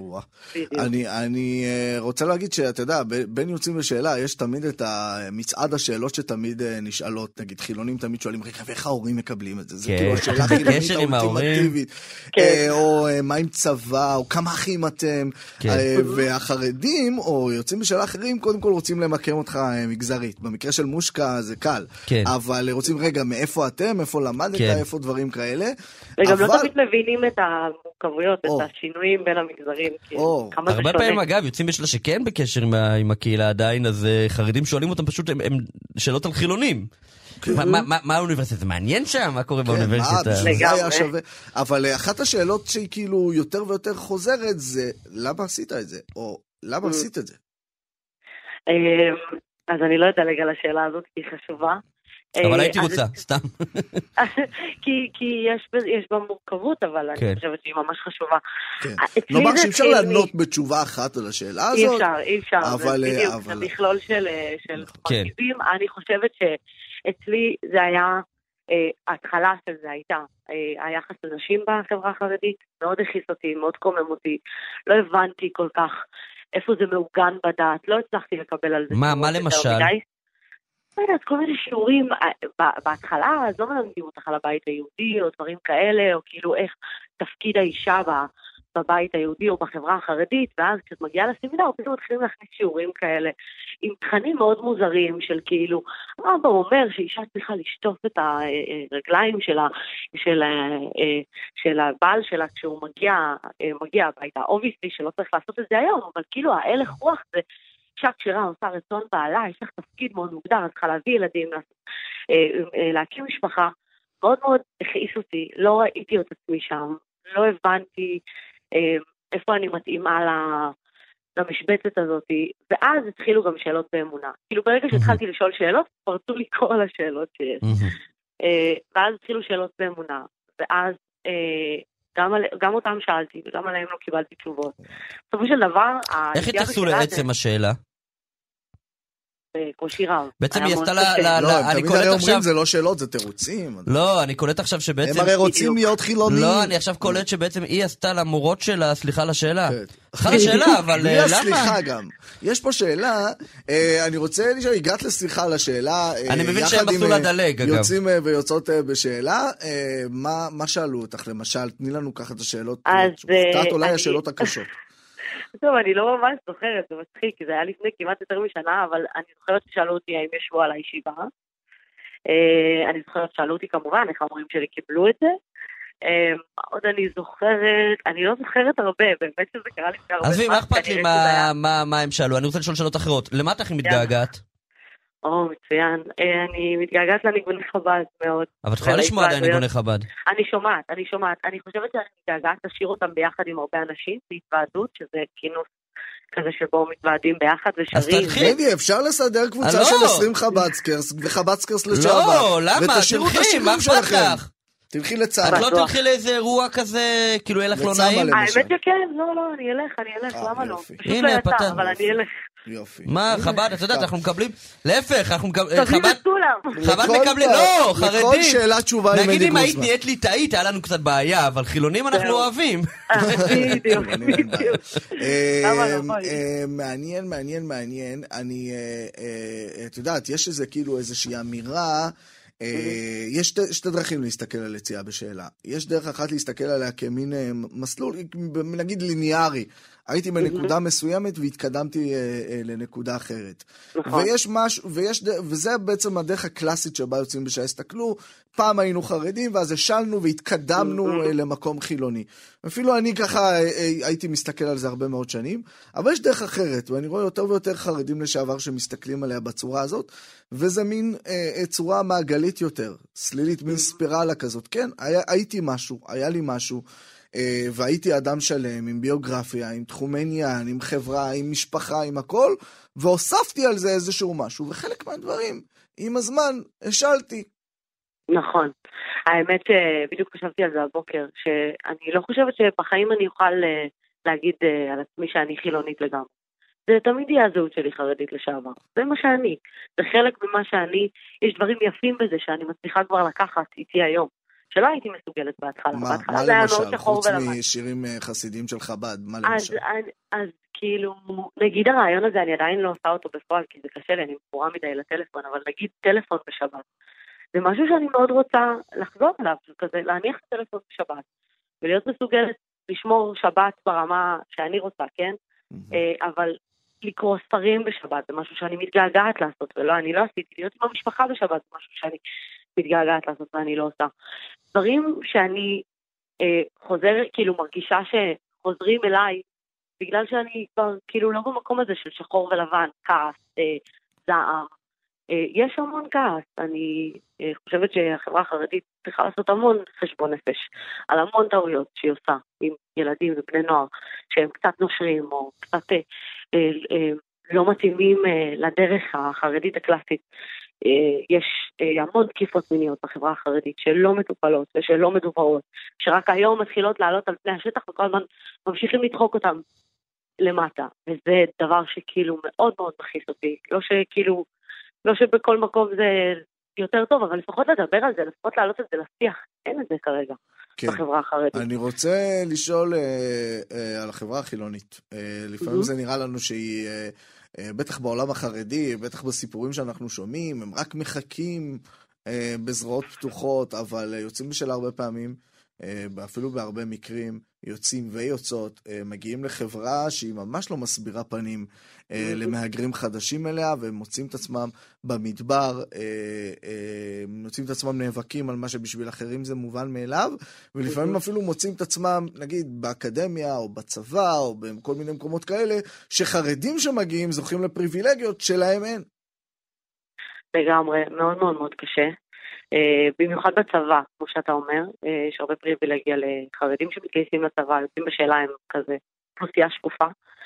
אני רוצה להגיד שאתה יודע, בין יוצאים בשאלה, יש תמיד את מצעד השאלות שתמיד נשאלות, נגיד חילונים תמיד שואלים, איך ההורים מקבלים את זה? זה כאילו השאלה חילונית האולטימטיבית, או מה עם צבא, או כמה אחים אתם, והחרדים, או יוצאים בשאלה אחרים, קודם כל רוצים למקם אותך מגזרית. במקרה של מושקה זה קל, אבל רוצים רגע, מאיפה אתם, איפה למדת, איפה דברים כאלה. וגם לא תמיד מבינים את המורכבויות, את השינויים בין המגזרים. הרבה פעמים אגב יוצאים בשלה שכן בקשר עם הקהילה עדיין, אז חרדים שואלים אותם פשוט, הם שאלות על חילונים. מה האוניברסיטה? זה מעניין שם? מה קורה באוניברסיטה? אבל אחת השאלות שהיא כאילו יותר ויותר חוזרת זה, למה עשית את זה? או למה עשית את זה? אז אני לא אדלג על השאלה הזאת, כי היא חשובה. אבל הייתי רוצה, סתם. כי יש בה מורכבות, אבל אני חושבת שהיא ממש חשובה. נאמר שאפשר לענות בתשובה אחת על השאלה הזאת. אי אפשר, זה מכלול של מרכיבים. אני חושבת שאצלי זה היה, ההתחלה של זה הייתה, היחס לנשים בחברה החרדית, מאוד הכיס אותי, מאוד קומם אותי, לא הבנתי כל כך איפה זה מעוגן בדעת, לא הצלחתי לקבל על זה. מה למשל? אז כל מיני שיעורים, בהתחלה, אז לא מלמדים אותך על הבית היהודי, או דברים כאלה, או כאילו איך תפקיד האישה בבית היהודי, או בחברה החרדית, ואז כשאת מגיעה לסמינר, פתאום מתחילים להכניס שיעורים כאלה, עם תכנים מאוד מוזרים, של כאילו, אבא אומר שאישה צריכה לשטוף את הרגליים של הבעל שלה, כשהוא מגיע הביתה, obviously שלא צריך לעשות את זה היום, אבל כאילו ההלך רוח זה, אישה כשרה עושה רצון בעלה, יש לך תפקיד מאוד מוגדר, אז צריכה להביא ילדים, להקים משפחה, מאוד מאוד הכעיס אותי, לא ראיתי את עצמי שם, לא הבנתי איפה אני מתאימה למשבצת הזאת, ואז התחילו גם שאלות באמונה. כאילו ברגע שהתחלתי לשאול שאלות, פרצו לי כל השאלות שיש. ואז התחילו שאלות באמונה, ואז גם אותם שאלתי, וגם עליהם לא קיבלתי תשובות. בסופו של דבר... איך התייחסו לעצם השאלה? קושי רב. בעצם היא עשתה תמיד הרי אומרים זה לא שאלות, זה תירוצים. לא, אני קולט עכשיו שבעצם... הם הרי רוצים להיות חילונים. לא, אני עכשיו קולט שבעצם היא עשתה למורות שלה, סליחה לשאלה. אחלה שאלה, אבל למה? סליחה גם. יש פה שאלה, אני רוצה לשאול, הגעת לסליחה לשאלה. אני מבין שהם עשו לדלג, אגב. יוצאים ויוצאות בשאלה, מה שאלו אותך למשל? תני לנו ככה את השאלות. קצת אולי השאלות הקשות. טוב, אני לא ממש זוכרת, זה מצחיק, כי זה היה לפני כמעט יותר משנה, אבל אני זוכרת ששאלו אותי האם ישבו על הישיבה. אני זוכרת ששאלו אותי כמובן, איך המורים שלי קיבלו את זה. עוד אני זוכרת, אני לא זוכרת הרבה, באמת שזה קרה לי הרבה. אז מה אכפת לי מה הם שאלו? אני רוצה לשאול שאלות אחרות. למה אתה הכי מתגעגעת? מצוין. אני מתגעגעת לניגוני חב"ד מאוד. אבל את יכולה לשמוע עדיין ניגוני חב"ד. אני שומעת. אני חושבת שאני מתגעגעת לשיר אותם ביחד עם הרבה אנשים, בהתוועדות, שזה כינוס כזה שבו מתוועדים ביחד ושרים. אז תתחיל. אפשר לסדר קבוצה של 20 חב"דסקרס, וחב"דסקרס לשעבר. לא, למה? ותשאירו את השירים שלכם. תלכי לצבא. את לא תלכי לאיזה אירוע כזה, כאילו יהיה לך לא נעים? האמת שכן, לא, אני אלך, למה לא? פשוט לא יצא, אבל אני אלך. יופי. מה, חב"ד, אתה יודעת, אנחנו מקבלים, להפך, אנחנו מקבלים, תביא בסולם. חב"ד מקבלים, לא, חרדים. לכל שאלה תשובה עם מנדי נגיד אם גרוסמן. היית נהיית לי טעית, היה לנו קצת בעיה, אבל חילונים אנחנו אוהבים. בדיוק. מעניין. אני, את יודעת, יש איזה כאילו איזושהי אמירה, יש שתי דרכים להסתכל על יציאה בשאלה. יש דרך אחת להסתכל עליה כמין מסלול, נגיד ליניארי. הייתי בנקודה מסוימת והתקדמתי לנקודה אחרת. ויש משהו, וזה בעצם הדרך הקלאסית שבה יוצאים בשעה. הסתכלו, פעם היינו חרדים, ואז השלנו והתקדמנו למקום חילוני. אפילו אני ככה הייתי מסתכל על זה הרבה מאוד שנים, אבל יש דרך אחרת, ואני רואה יותר ויותר חרדים לשעבר שמסתכלים עליה בצורה הזאת, וזה מין צורה מעגלית יותר, סלילית, מין ספירלה כזאת. כן, הייתי משהו, היה לי משהו, והייתי אדם שלם, עם ביוגרפיה, עם תחומי עניין, עם חברה, עם משפחה, עם הכל, והוספתי על זה איזשהו משהו, וחלק מהדברים, עם הזמן, השלתי. נכון. האמת שבדיוק חשבתי על זה הבוקר, שאני לא חושבת שבחיים אני אוכל להגיד על עצמי שאני חילונית לגמרי. זה תמיד יהיה הזהות שלי חרדית לשעבר. זה מה שאני. זה חלק ממה שאני, יש דברים יפים בזה שאני מצליחה כבר לקחת איתי היום. שלא הייתי מסוגלת בהתחלה. מה למשל? חוץ משירים חסידים של חב"ד, מה למשל? אז כאילו, נגיד הרעיון הזה, אני עדיין לא עושה אותו בפועל, כי זה קשה לי, אני מבורה מדי לטלפון, אבל נגיד טלפון בשבת. זה משהו שאני מאוד רוצה לחזור עליו, כזה, להניח את הטלפון בשבת, ולהיות מסוגלת לשמור שבת ברמה שאני רוצה, כן? אבל לקרוא ספרים בשבת, זה משהו שאני מתגעגעת לעשות, ולא, אני לא עשיתי, להיות עם המשפחה בשבת, זה משהו שאני מתגעגעת לעשות ואני לא עושה. דברים שאני כאילו מרגישה שחוזרים אליי, בגלל שאני כבר כאילו לא במקום הזה של שחור ולבן, כעס, זעם. יש המון כעס. אני חושבת שהחברה החרדית צריכה לעשות המון חשבון נפש, על המון טעויות שהיא עושה עם ילדים ובני נוער, שהם קצת נושרים או קצת לא מתאימים לדרך החרדית הקלאסית. יש המון תקיפות מיניות בחברה החרדית שלא מטופלות ושלא מדוברות, שרק היום מתחילות לעלות על פני השטח וכל הזמן ממשיכים לדחוק אותם למטה, וזה דבר שכאילו מאוד מאוד מכעיס אותי. לא שבכל מקום זה יותר טוב, אבל לפחות לדבר על זה, לפחות להעלות את זה לשיח, אין את זה כרגע בחברה החרדית. אני רוצה לשאול על החברה החילונית. לפעמים זה נראה לנו שהיא, בטח בעולם החרדי, בטח בסיפורים שאנחנו שומעים, הם רק מחכים בזרועות פתוחות, אבל יוצאים בשל הרבה פעמים, אפילו בהרבה מקרים, יוצאים ויוצאות, מגיעים לחברה שהיא ממש לא מסבירה פנים למהגרים חדשים אליה, והם מוצאים את עצמם במדבר, מוצאים את עצמם נאבקים על מה שבשביל אחרים זה מובן מאליו, ולפעמים אפילו מוצאים את עצמם, נגיד, באקדמיה או בצבא או בכל מיני מקומות כאלה, שחרדים שמגיעים זוכים לפריבילגיות שלהם אין. לגמרי, מאוד מאוד מאוד קשה. במיוחד בצבא, כמו שאתה אומר, יש הרבה פריבילגיה לחרדים שמתגייסים לצבא, יוצאים בשאלה הם כזה אוכלוסייה שקופה,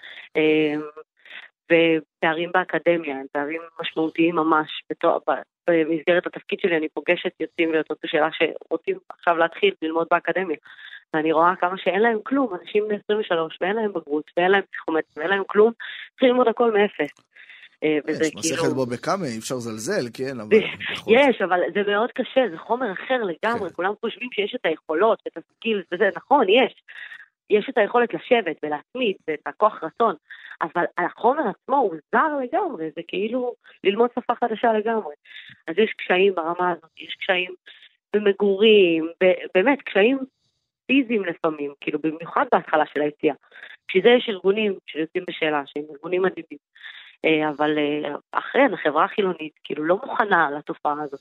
ופערים באקדמיה, הם פערים משמעותיים ממש, במסגרת התפקיד שלי אני פוגשת יוצאים ויוצאות בשאלה שרוצים עכשיו להתחיל ללמוד באקדמיה, ואני רואה כמה שאין להם כלום, אנשים בני 23 ואין להם בגרות, ואין להם פסיכומטרי, ואין להם כלום, צריכים ללמוד הכל מאפס. יש מסכת בו בכמה, אי אפשר זלזל, כן? יש, אבל זה מאוד קשה, זה חומר אחר לגמרי, כולם חושבים שיש את היכולות, את הסקילס, וזה נכון, יש את היכולת לשבת ולהתמיד, ואת הכוח רצון, אבל החומר עצמו הוא זר לגמרי, זה כאילו ללמוד שפה חדשה לגמרי. אז יש קשיים ברמה הזאת, יש קשיים במגורים, באמת קשיים פיזיים לפעמים, כאילו במיוחד בהתחלה של היציאה. בשביל זה יש ארגונים שיוצאים בשאלה, שהם ארגונים מדהימים. אבל אכן, החברה החילונית כאילו לא מוכנה לתופעה הזאת,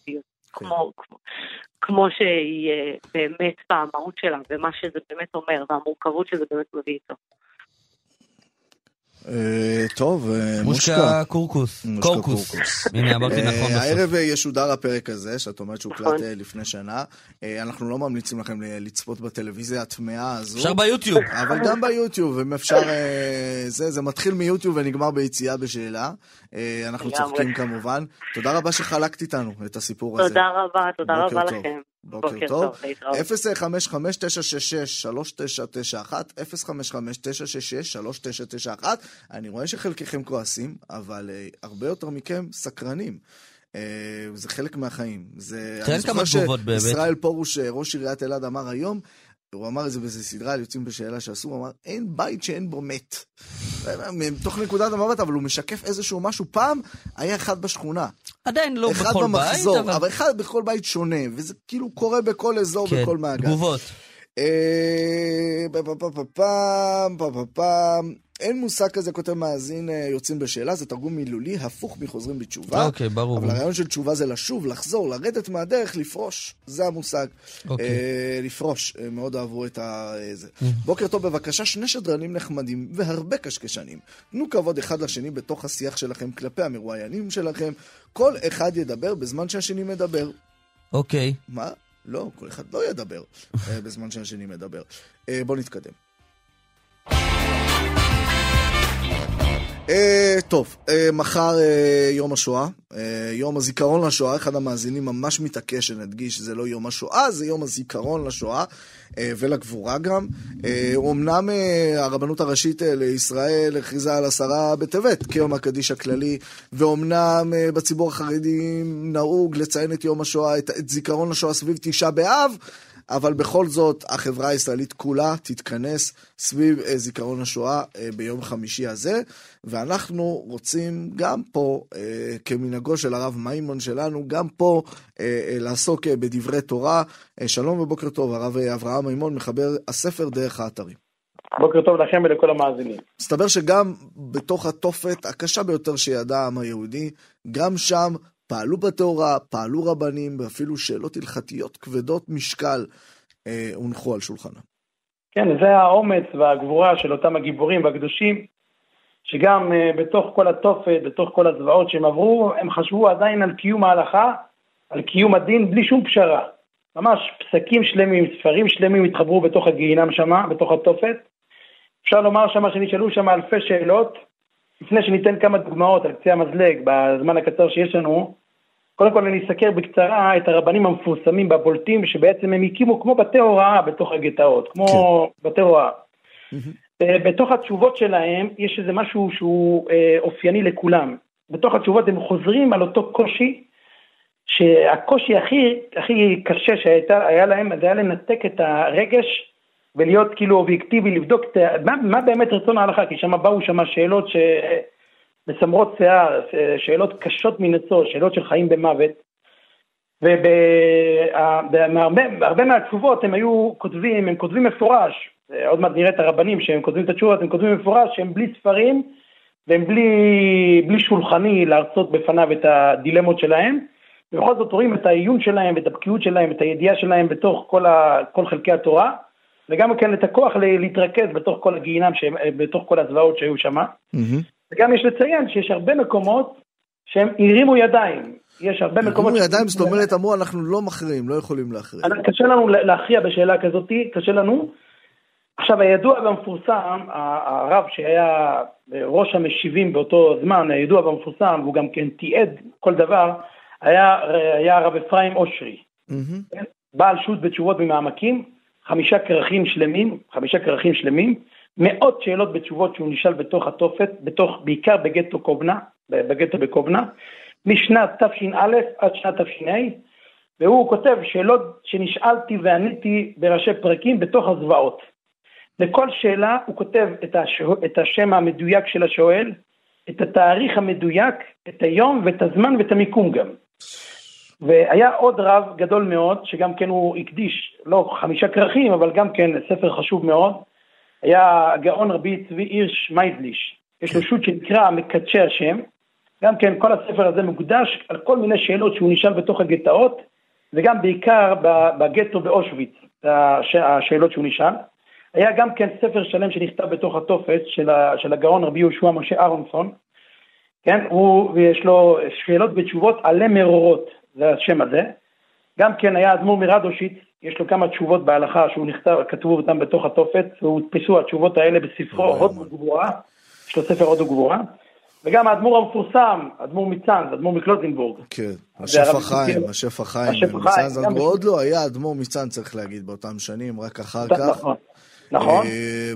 כמו שהיא באמת במהות שלה, ומה שזה באמת אומר, והמורכבות שזה באמת מביא איתו. טוב, מושקה קורקוס. הנה, אמרתי נכון. הערב ישודר הפרק הזה, שאת אומרת שהוא קלט לפני שנה. אנחנו לא ממליצים לכם לצפות בטלוויזיה התמאה הזו. אפשר ביוטיוב. אבל גם ביוטיוב, אם אפשר, זה מתחיל מיוטיוב ונגמר ביציאה בשאלה. אנחנו צוחקים כמובן. תודה רבה שחלקת איתנו את הסיפור הזה. תודה רבה לכם. בוקר טוב. 055-966-3991, 055-966-3991. אני רואה שחלקכם כועסים, אבל הרבה יותר מכם סקרנים. זה חלק מהחיים. תן כמה תגובות באמת. ישראל פורוש, ראש עיריית אלעד, אמר היום, הוא אמר את זה באיזה סדרה על יוצאים בשאלה שעשו, הוא אמר, אין בית שאין בו מת. מתוך נקודת המבט, אבל הוא משקף איזשהו משהו. פעם היה אחד בשכונה. עדיין לא אחד בכל במחזור, בית, אבל אחד בכל בית שונה, וזה כאילו קורה בכל אזור, כן, בכל מעגל. תגובות. אין מושג כזה, כותב מאזין יוצאים בשאלה, זה תרגום מילולי, הפוך מחוזרים בתשובה. אוקיי, ברור. אבל הרעיון של תשובה זה לשוב, לחזור, לרדת מהדרך, לפרוש. זה המושג. לפרוש, מאוד אהבו את זה. בוקר טוב, בבקשה, 2 שדרנים נחמדים והרבה קשקשנים. תנו כבוד אחד לשני בתוך השיח שלכם כלפי המרואיינים שלכם. כל אחד ידבר בזמן שהשני מדבר. אוקיי. מה? לא, כל אחד לא ידבר בזמן שהשני מדבר. בוא נתקדם. טוב, מחר יום השואה, יום הזיכרון לשואה. אחד המאזינים ממש מתעקש שנדגיש שזה לא יום השואה, זה יום הזיכרון לשואה ולגבורה גם. אמנם הרבנות הראשית לישראל הכריזה על 10 בטבת כיום הקדיש הכללי, ואומנם בציבור החרדי נהוג לציין את יום השואה, את זיכרון לשואה סביב 9 באב, אבל בכל זאת החברה הישראלית כולה תתכנס סביב זיכרון השואה ביום חמישי הזה, ואנחנו רוצים גם פה, כמנהגו של הרב מימון שלנו, גם פה לעסוק בדברי תורה. שלום ובוקר טוב, הרב אברהם מימון, מחבר הספר דרך האתרים. בוקר טוב לכם ולכל המאזינים. מסתבר שגם בתוך התופת הקשה ביותר שידע העם היהודי, גם שם פעלו בתורה, פעלו רבנים, ואפילו שאלות הלכתיות כבדות משקל הונחו על שולחנם. כן, זה האומץ והגבורה של אותם הגיבורים והקדושים, שגם בתוך כל התופת, בתוך כל הזוועות שהם עברו, הם חשבו עדיין על קיום ההלכה, על קיום הדין, בלי שום פשרה. ממש פסקים שלמים, ספרים שלמים התחברו בתוך הגיהינם שמה, בתוך התופת. אפשר לומר שמה שנשאלו שמה אלפי שאלות. לפני שניתן כמה דוגמאות על קצה המזלג בזמן הקצר שיש לנו, קודם כל אני אסקר בקצרה את הרבנים המפורסמים והבולטים, שבעצם הם הקימו כמו בתי הוראה בתוך הגטאות, כמו בתי הוראה. בתוך התשובות שלהם יש איזה משהו שהוא אופייני לכולם. בתוך התשובות הם חוזרים על אותו קושי, שהקושי הכי קשה שהיה להם, זה היה לנתק את הרגש, ולהיות כאילו אובייקטיבי, לבדוק מה באמת רצון ההלכה, כי שם באו שם שאלות בסמרות שיער, שאלות קשות מנצור, שאלות של חיים במוות, ובהרבה מהתשובות הם היו כותבים, הם כותבים מפורש, עוד מעט נראה את הרבנים שהם כותבים את התשובות, הם כותבים מפורש שהם בלי ספרים, והם בלי שולחני להרצות בפניו את הדילמות שלהם, ובכל זאת רואים את העיון שלהם, את הבקיאות שלהם, את הידיעה שלהם בתוך כל חלקי התורה, וגם כן את הכוח להתרכז בתוך כל הגיהינם, בתוך כל הזוועות שהיו שם. וגם יש לציין שיש הרבה מקומות שהם הרימו ידיים. יש הרבה מקומות... הרימו ידיים, זאת אומרת, אמרו, אנחנו לא מכריעים, לא יכולים להכריע. קשה לנו להכריע בשאלה כזאת, קשה לנו. עכשיו, הידוע והמפורסם, הרב שהיה ראש המשיבים באותו זמן, הידוע והמפורסם, והוא גם כן תיעד כל דבר, היה הרב אפרים אושרי. בעל שו"ת בתשובות במעמקים, 5 כרכים שלמים, מאות שאלות בתשובות שהוא נשאל בתוך התופת, בעיקר בגטו בקובנה, משנת תש"א עד שנת תש"ה, והוא כותב שאלות שנשאלתי ועניתי בראשי פרקים בתוך הזוועות. לכל שאלה הוא כותב את השם המדויק של השואל, את התאריך המדויק, את היום ואת הזמן ואת המיקום גם. והיה עוד רב גדול מאוד, שגם כן הוא הקדיש, לא 5 כרכים, אבל גם כן ספר חשוב מאוד, היה הגאון רבי צבי הירש מייזליש, יש לו שו"ת שנקרא מקדשי השם, גם כן כל הספר הזה מוקדש על כל מיני שאלות שהוא נשאל בתוך הגטאות, וגם בעיקר בגטו באושוויץ, השאלות שהוא נשאל. היה גם כן ספר שלם שנכתב בתוך התופת של הגאון רבי יהושע משה אהרונסון, כן, ויש לו שאלות ותשובות עלי מרורות, זה השם הזה. גם כן היה אדמו"ר מרדושיץ, יש לו כמה תשובות בהלכה שהוא נכתב, כתבו אותם בתוך התופת, והודפסו התשובות האלה בספרו הוד וגבורה, יש לו ספר הוד וגבורה. וגם האדמו"ר המפורסם, אדמו"ר מצאנז, אדמו"ר מקלוטנבורג. כן, השף החיים. מצאנז, עוד לא היה אדמו"ר מצאנז, צריך להגיד, באותם שנים, רק אחר כך. נכון.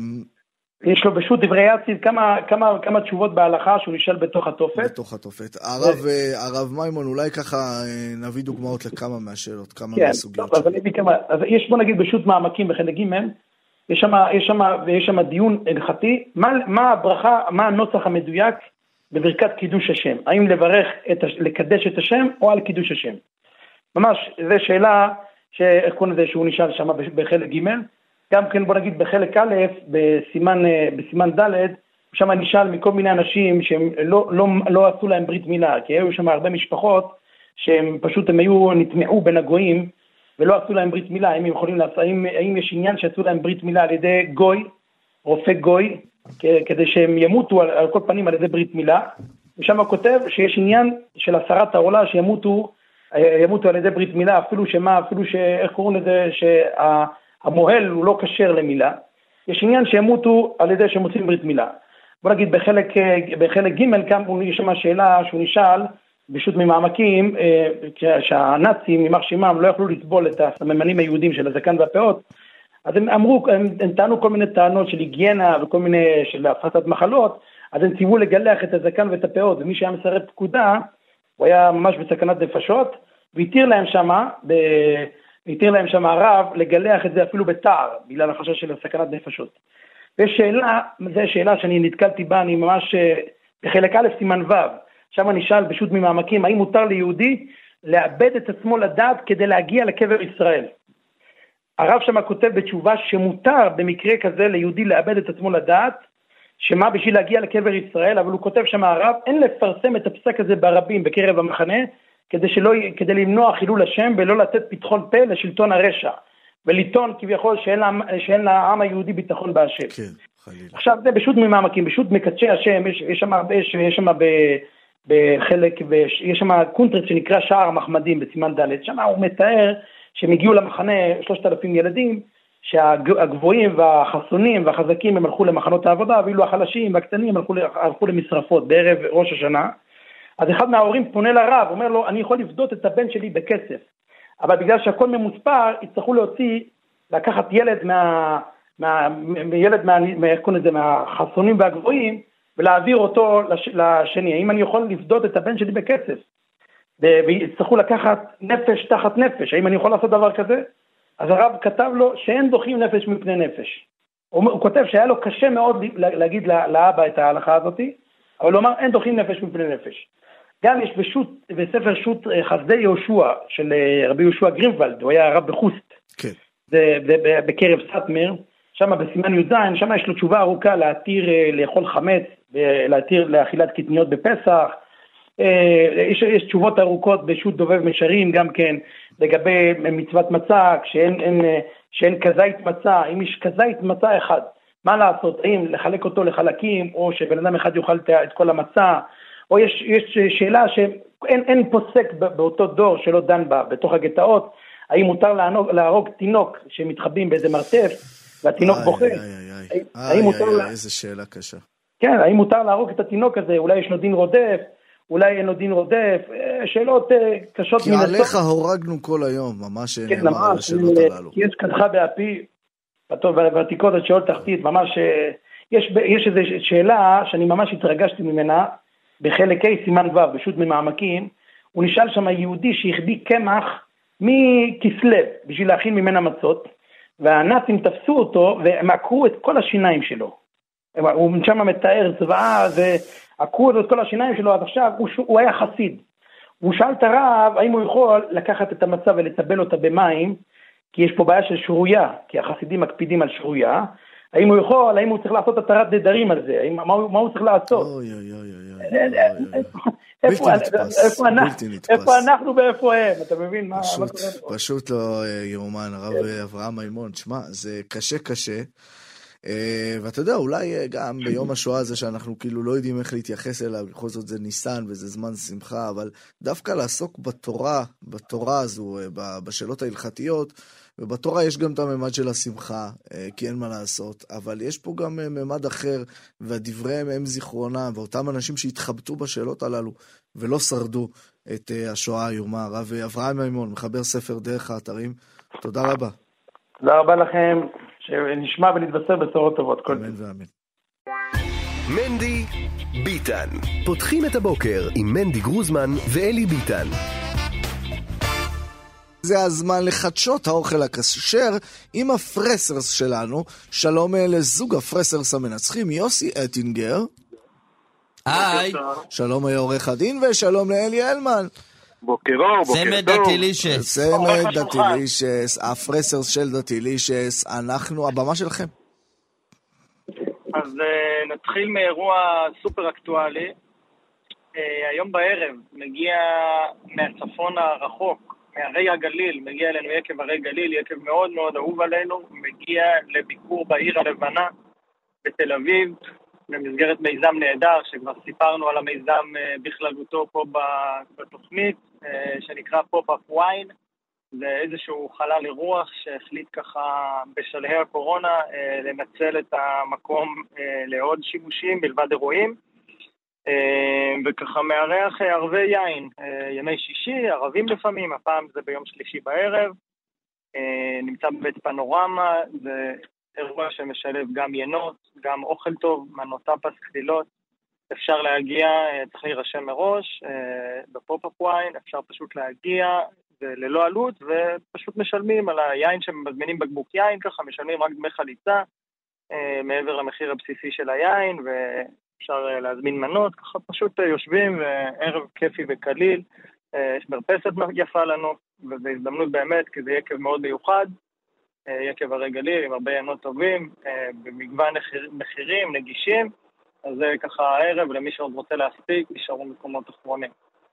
יש לו בשו"ת דברי יציב כמה תשובות בהלכה שהוא נשאל בתוך התופת. בתוך התופת. הרב מימון, אולי ככה נביא דוגמאות לכמה מהשאלות, כמה מהסוגיות. אז יש בוא נגיד בשו"ת מעמקים בחלק ג', יש שם דיון הלכתי, מה הברכה, מה הנוסח המדויק בברכת קידוש השם, האם לקדש את השם או על קידוש השם. ממש, זו שאלה שאיך קוראים לזה שהוא נשאל שם בחלק ג', גם כן בוא נגיד בחלק א', בסימן ד', שם נשאל מכל מיני אנשים שהם לא עשו להם ברית מילה, כי היו שם הרבה משפחות שהם פשוט נטמעו בין הגויים, ולא עשו להם ברית מילה. האם יש עניין שעשו להם ברית מילה על ידי גוי, רופא גוי, כדי שהם ימותו על כל פנים על ידי ברית מילה, ושם הוא כותב שיש עניין של הסרת העולה שימותו על ידי ברית מילה, אפילו איך קוראים לזה, שהמוהל הוא לא כשר למילה, יש עניין שימותו על ידי שהם עושים ברית מילה. בוא נגיד בחלק ג' כאן יש שם שאלה שהוא נשאל, פשוט ממעמקים, שהנאצים, ממח שמם, לא יכלו לסבול את הסממנים היהודים של הזקן והפאות, אז הם טענו כל מיני טענות של היגיינה וכל מיני של הפחתת מחלות, אז הם ציוו לגלח את הזקן ואת הפאות, ומי שהיה מסרב פקודה, הוא היה ממש בסכנת נפשות, והתיר להם שם הרב לגלח את זה אפילו בתער, בגלל החשש של סכנת נפשות. ויש שאלה שאני נתקלתי בה, אני ממש בחלק א' סימן ו', שם נשאל פשוט ממעמקים, האם מותר ליהודי לאבד את עצמו לדעת כדי להגיע לקבר ישראל? הרב שם כותב בתשובה שמותר במקרה כזה ליהודי לאבד את עצמו לדעת, שמה בשביל להגיע לקבר ישראל, אבל הוא כותב שם הרב, אין לפרסם את הפסק הזה ברבים בקרב המחנה, כדי למנוע חילול השם ולא לתת פתחון פה לשלטון הרשע, ולטעון כביכול שאין לעם היהודי ביטחון בהשם. כן, חלילה. עכשיו זה פשוט ממעמקים, פשוט מקדשי השם, יש שם בחלק, יש שם קונטרס שנקרא שער המחמדים בסימן ד', שם הוא מתאר שהם הגיעו למחנה 3,000 ילדים, שהגבוהים והחסונים והחזקים הם הלכו למחנות העבודה, ואילו החלשים והקטנים הלכו למשרפות בערב ראש השנה. אז אחד מההורים פונה לרב, אומר לו, אני יכול לפדות את הבן שלי בכסף, אבל בגלל שהכל ממוספר, יצטרכו לקחת ילד מהחסונים והגבוהים, ולהעביר אותו לשני. האם אני יכול לפדות את הבן שלי בכסף? ויצטרכו לקחת נפש תחת נפש, האם אני יכול לעשות דבר כזה? אז הרב כתב לו שאין דוחים נפש מפני נפש. הוא כותב שהיה לו קשה מאוד להגיד לאבא את ההלכה הזאת, אבל הוא אמר אין דוחים נפש מפני נפש. גם יש בספר שו"ת חסדי יהושע של רבי יהושע גרינוולד, הוא היה רב בחוסט, כן. זה בקרב סאטמר, שם בסימן י"ז, שם יש לו תשובה ארוכה להתיר לאכול חמץ, להתיר לאכילת קטניות בפסח, יש תשובות ארוכות בשו"ת דובב משרים גם כן, לגבי מצוות מצה, שאין כזית מצה, אם יש כזית מצה אחד, מה לעשות, האם לחלק אותו לחלקים, או שבן אדם אחד יאכל את כל המצה, או יש שאלה שאין פוסק באותו דור שלא דן בה, בתוך הגטאות, האם מותר להרוג תינוק שמתחבאים באיזה מרתף, והתינוק בוכה. איזה שאלה קשה. כן, האם מותר להרוג את התינוק הזה, אולי יש לו דין רודף, אולי אין לו דין רודף, שאלות קשות. כי עליך הורגנו כל היום, ממש נאמר על השאלות הללו. כי יש קדחה באפי, ועתיקות עד שאול תחתית, ממש, יש איזו שאלה שאני ממש התרגשתי ממנה, בחלק A סימן ו' בשו"ת ממעמקים, הוא נשאל שם יהודי שהחביא קמח מכסלו, בשביל להכין ממנה מצות, והנאצים תפסו אותו והם עקרו את כל השיניים שלו. הוא שם מתאר צבאה ועקרו את כל השיניים שלו. עד עכשיו הוא היה חסיד. הוא שאל את הרב האם הוא יכול לקחת את המצה ולטבל אותה במים, כי יש פה בעיה של שרויה, כי החסידים מקפידים על שרויה. האם הוא יכול, האם הוא צריך לעשות התרת נדרים על זה? מה הוא צריך לעשות? איפה אנחנו ואיפה הם? אתה מבין מה קורה פה? פשוט לא יאומן, הרב אברהם מימון. שמע, זה קשה. ואתה יודע, אולי גם ביום השואה הזה שאנחנו כאילו לא יודעים איך להתייחס אליו, בכל זאת זה ניסן וזה זמן שמחה, אבל דווקא לעסוק בתורה הזו, בשאלות ההלכתיות, ובתורה יש גם את הממד של השמחה, כי אין מה לעשות, אבל יש פה גם ממד אחר, והדבריהם הם זיכרונם, ואותם אנשים שהתחבטו בשאלות הללו, ולא שרדו את השואה האיומה. הרב אברהם מימון, מחבר ספר דרך האתרים, תודה רבה. תודה רבה לכם, שנשמע ונתבשר בשורות טובות. אמן ואמן. מנדי ביטן, פותחים את הבוקר עם מנדי גרוזמן ואלי ביטן. זה הזמן לחדשות האוכל הכשר עם הפרסרס שלנו. שלום לזוג הפרסרס המנצחים, יוסי אטינגר. היי. שלום עורך הדין, ושלום לאלי אלמן. בוקר אור, בוקר טוב. צמד דתילישס. צמד דתילישס, הפרסרס של דתילישס, אנחנו, הבמה שלכם. אז נתחיל מאירוע סופר אקטואלי. היום בערב מגיע מהצפון הרחוק, מהרי הגליל, מגיע אלינו יקב הרי גליל, יקב מאוד מאוד אהוב עלינו, מגיע לביקור בעיר הלבנה בתל אביב, במסגרת מיזם נהדר, שכבר סיפרנו על המיזם בכללותו פה בתוכנית, שנקרא פופ-אפ וויין. זה איזשהו חלל אירוח שהחליט ככה בשלהי הקורונה לנצל את המקום לעוד שימושים בלבד אירועים, וככה מארח ערבי יין, ימי שישי, ערבים לפעמים, הפעם זה ביום שלישי בערב, נמצא בבית פנורמה, זה אירוע שמשלב גם ינות, גם אוכל טוב, מנות טאפס, קטילות. אפשר להגיע, צריך להירשם מראש, בפופ-אפ וויין, אפשר פשוט להגיע, ללא עלות, ופשוט משלמים על היין שמזמינים בקבוק יין, ככה משלמים רק דמי חליצה, מעבר למחיר הבסיסי של היין, ואפשר להזמין מנות, ככה פשוט יושבים, וערב כיפי וקליל, יש מרפסת יפה לנו, וזו הזדמנות באמת, כי זה יקב מאוד מיוחד, יקב הרי גליל עם הרבה ינות טובים, במגוון מחירים, נגישים, אז זה ככה הערב, למי שעוד רוצה להספיק, נשארו מקומות אחרונים.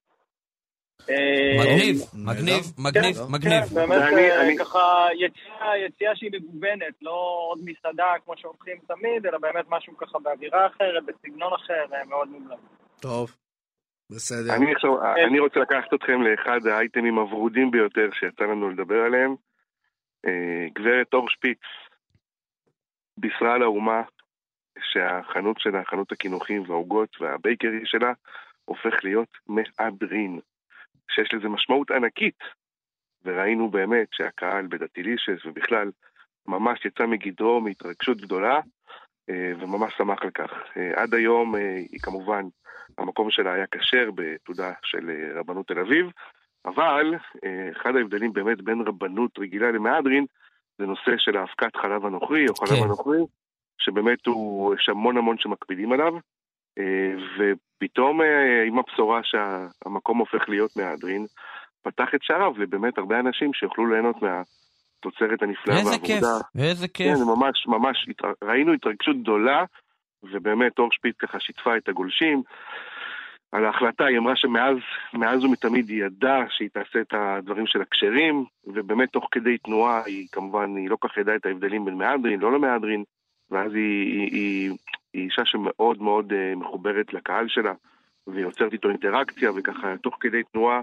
מגניב. באמת ככה יציאה שהיא מגוונת, לא עוד מסעדה כמו שהולכים תמיד, אלא באמת משהו ככה באווירה אחרת, בסגנון אחר, מאוד מובלע. טוב, בסדר. אני רוצה לקחת אתכם לאחד האייטמים הוורודים ביותר שיצא לנו לדבר עליהם. גברת אור שפיץ בישרה לאומה שהחנות שלה, חנות הכינוחים והעוגות והבייקרי שלה, הופך להיות מהדרין, שיש לזה משמעות ענקית, וראינו באמת שהקהל בדתילישס ובכלל ממש יצא מגדרו מהתרגשות גדולה, וממש שמח על כך. עד היום היא כמובן, המקום שלה היה כשר בתעודה של רבנות תל אביב, אבל אחד ההבדלים באמת בין רבנות רגילה למהדרין, זה נושא של האבקת חלב הנוכרי, או חלב הנוכרי, שבאמת יש המון שמקפידים עליו, ופתאום עם הבשורה שהמקום הופך להיות מהדרין, פתח את שעריו לבאמת הרבה אנשים שיוכלו ליהנות מהתוצרת הנפלאה והעבודה. איזה כיף. כן, ממש ראינו התרגשות גדולה, ובאמת אור שפיץ ככה שיתפה את הגולשים, על ההחלטה. היא אמרה שמאז ומתמיד היא ידעה שהיא תעשה את הדברים של הקשרים, ובאמת תוך כדי תנועה היא כמובן, היא לא כך ידעה את ההבדלים בין מהדרין, לא למהדרין, ואז היא אישה שמאוד מאוד מחוברת לקהל שלה, ויוצרת איתו אינטראקציה, וככה תוך כדי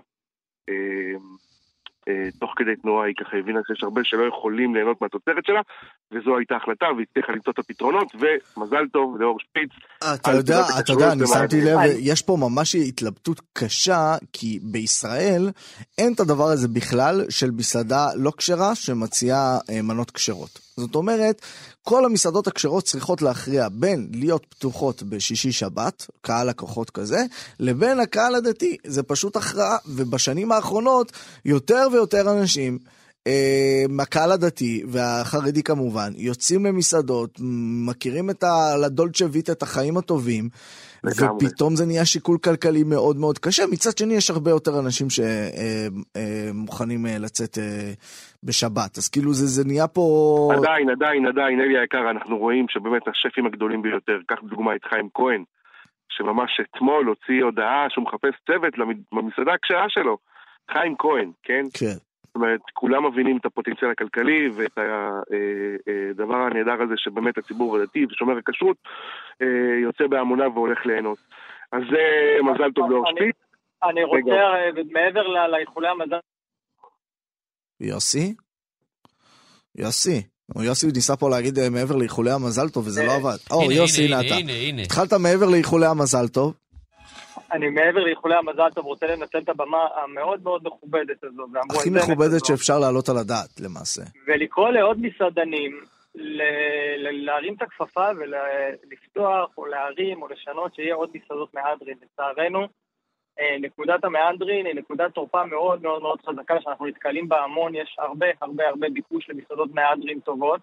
תנועה היא ככה הבינה שיש הרבה שלא יכולים ליהנות מהתוצרת שלה, וזו הייתה החלטה, והיא צריכה למצוא את הפתרונות, ומזל טוב לאור שפיץ. אתה יודע, אני שמתי לב, יש פה ממש התלבטות קשה, כי בישראל אין את הדבר הזה בכלל של מסעדה לא כשרה שמציעה מנות כשרות. זאת אומרת, כל המסעדות הכשרות צריכות להכריע בין להיות פתוחות בשישי שבת, קהל לקוחות כזה, לבין הקהל הדתי. זה פשוט הכרעה, ובשנים האחרונות יותר ויותר אנשים מהקהל הדתי והחרדי כמובן יוצאים למסעדות, מכירים את הדולצ'ה ויטה, את החיים הטובים, ופתאום זה נהיה שיקול כלכלי מאוד מאוד קשה. מצד שני יש הרבה יותר אנשים שמוכנים לצאת בשבת, אז כאילו זה נהיה פה... עדיין, אלי היקר, אנחנו רואים שבאמת השפים הגדולים ביותר, כך דוגמה את חיים כהן, שממש אתמול הוציא הודעה שהוא מחפש צוות במסעדה הכשרה שלו, חיים כהן, כן? כן. זאת אומרת, כולם מבינים את הפוטנציאל הכלכלי ואת הדבר הנהדר הזה שבאמת הציבור הדתי ושומר הכשרות יוצא בהמונה והולך ליהנות. אז זה מזל טוב לאור שפיץ. אני רוצה, מעבר לאיחולי המזל... יוסי ניסה פה להגיד מעבר לאיחולי המזל טוב, וזה לא עבד. יוסי, הנה אתה. התחלת מעבר לאיחולי המזל טוב. אני מעבר לאיחולי המזל טוב רוצה לנצל את הבמה המאוד מאוד מכובדת הזו. הכי מכובדת שאפשר לעלות על הדעת למעשה. ולקרוא לעוד מסעדנים להרים את הכפפה ולפתוח או להרים או לשנות שיהיה עוד מסעדות מהדרין. לצערנו, נקודת המהדרין היא נקודת תורפה מאוד מאוד מאוד חזקה שאנחנו נתקלים בה המון, יש הרבה ביקוש למסעדות מהדרין טובות,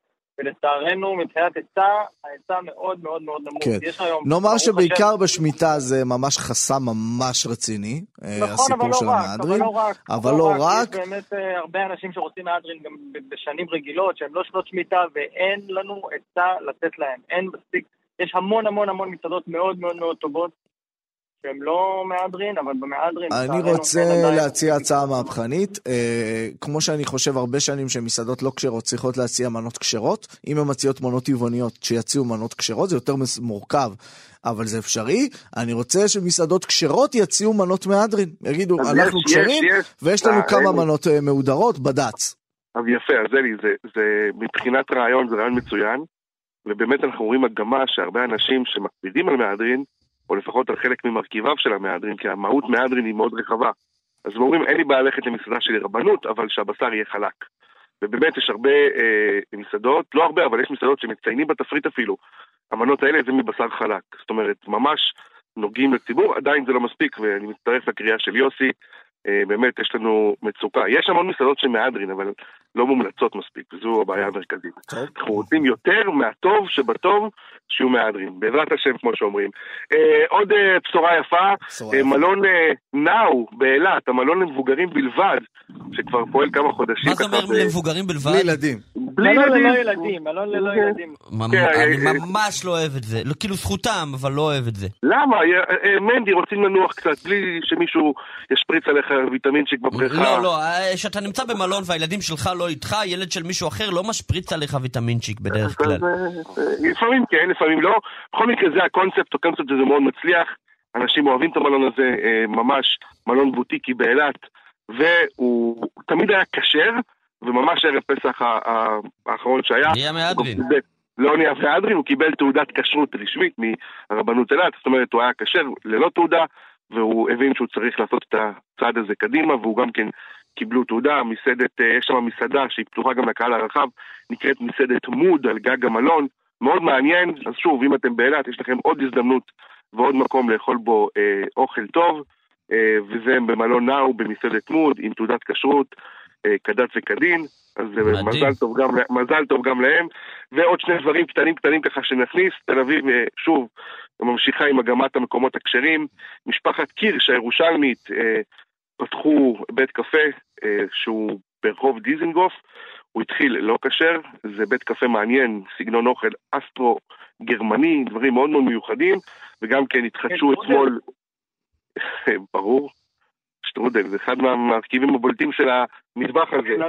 ולצערנו מבחינת ההיצע מאוד מאוד מאוד נמוך. כן. נאמר שבעיקר בשמיטה זה ממש חסם ממש רציני, הסיפור של המהדרין. אבל לא רק. יש באמת הרבה אנשים שרוצים מהדרין גם בשנים רגילות, שהם לא שנות שמיטה, ואין לנו היצע לתת להם. אין מספיק. יש המון מסעדות מאוד מאוד מאוד טובות, שהם לא מהדרין, אבל במהדרין... אני רוצה להציע הצעה מהפכנית, כמו שאני חושב הרבה שנים שמסעדות לא כשרות צריכות להציע מנות כשרות, אם הן מציעות מנות טבעוניות שיציעו מנות כשרות, זה יותר מורכב, אבל זה אפשרי. אני רוצה שמסעדות כשרות יציעו מנות מהדרין, יגידו, אנחנו כשרים, ויש לנו כמה מנות מהודרות בדץ. אז יפה, אז זה מבחינת רעיון, זה רעיון מצוין, ובאמת אנחנו רואים הגמה שהרבה אנשים שמקפידים על מהדרין, או לפחות על חלק ממרכיביו של המהדרין, כי המהות מהדרין היא מאוד רחבה. אז הם אומרים, אין לי בעיה ללכת למסעדה של רבנות, אבל שהבשר יהיה חלק. ובאמת יש הרבה מסעדות, לא הרבה, אבל יש מסעדות שמציינים בתפריט אפילו. המנות האלה זה מבשר חלק. זאת אומרת, ממש נוגעים לציבור, עדיין זה לא מספיק, ואני מצטרף לקריאה של יוסי, באמת יש לנו מצוקה. יש המון מסעדות שמהדרין, אבל לא מומלצות מספיק, וזו הבעיה המרכזית. אנחנו רוצים יותר מהטוב שבטוב שיהיו מהדרין, בעזרת השם כמו שאומרים. עוד בשורה יפה, מלון נאו באילת, המלון למבוגרים בלבד, שכבר פועל כמה חודשים. מה זה אומר למבוגרים בלבד? בלי ילדים. מלון ללא ילדים, מלון ללא ילדים. אני ממש לא אוהב את זה, כאילו זכותם, אבל לא אוהב את זה. למה? מנדי רוצים לנוח קצת, בלי שמישהו ישפריץ עליך ויטמינצ'יק בבריכה. לא, שאתה נמצא במלון והילדים שלך לא איתך, ילד של מישהו אחר לא משפריץ עליך ויטמינצ'יק בדרך כלל. לפעמים כן, לפעמים לא. בכל מקרה זה הקונספט, הקונספט הזה מאוד מצליח, אנשים אוהבים את המלון הזה, ממש מלון בוטיקי באילת, והוא תמיד היה כשר, וממש ערב פסח האחרון שהיה, נהיה מהדרין. לא נהיה מהדרין, הוא קיבל תעודת כשרות רשמית מהרבנות אילת, זאת אומרת הוא היה כשר ללא תעודה, והוא הבין שהוא צריך לעשות את הצעד הזה קדימה, והוא גם כן קיבלו תעודה, יש שם מסעדה שהיא פתוחה גם לקהל הרחב, נקראת מסעדת מוד על גג המלון, מאוד מעניין. אז שוב, אם אתם באילת, יש לכם עוד הזדמנות ועוד מקום לאכול בו אוכל טוב, וזה במלון נאו במסעדת מוד, עם תעודת כשרות, כדת וכדין, אז מזל טוב גם להם. ועוד שני דברים קטנים ככה שנכניס, תל אביב שוב ממשיכה עם הגמת המקומות הכשרים, משפחת קירש הירושלמית פתחו בית קפה שהוא ברחוב דיזנגוף, הוא התחיל לא כשר, זה בית קפה מעניין, סגנון אוכל אסטרו גרמני, דברים מאוד מאוד מיוחדים, וגם כן התחדשו אתמול, ברור, שטרודל, זה אחד מהמרכיבים הבולטים של המטבח הזה.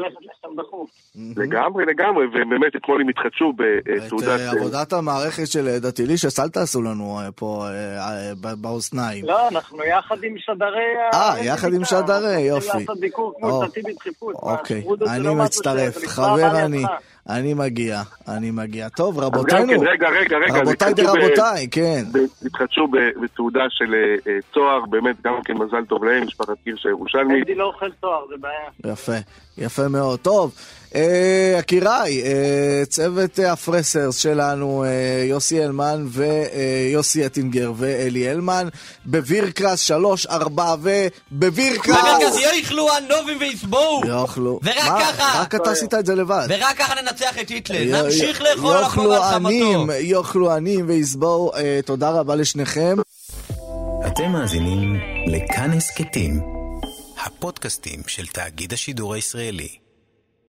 לגמרי, ובאמת אתמול הם התחדשו בתעודת... את עבודת המערכת של דתילי שסלת עשו לנו פה באוזניים. לא, אנחנו יחד עם שדרי... יחד עם שדרי, יופי. לעשות ביקור כמו דתי בדחיפות. אוקיי, אני מצטרף, חבר אני מגיע. טוב, רבותינו. רגע. רבותיי דרבותיי, כן. התחדשו בתעודה של צוהר, באמת גם כן מזל טוב להם, משפחת קירש הירושלמית. הייתי לא אוכל צוהר, זה בעיה. יפה מאוד. טוב, יקיריי, צוות הפרסרס שלנו, יוסי אלמן ויוסי אטינגר ואלי אלמן, בבירקרס 3-4 בבירקרס יאכלו הנובים ויסבואו. ורק ככה. רק אתה עשית את זה לבד. ורק ככה ננצח את היטלר. נמשיך לאכול לחוב על חמתו. יאכלו עניים ויסבואו. תודה רבה לשניכם. אתם מאזינים לכאן הסכתים, הפודקאסטים של תאגיד השידור הישראלי.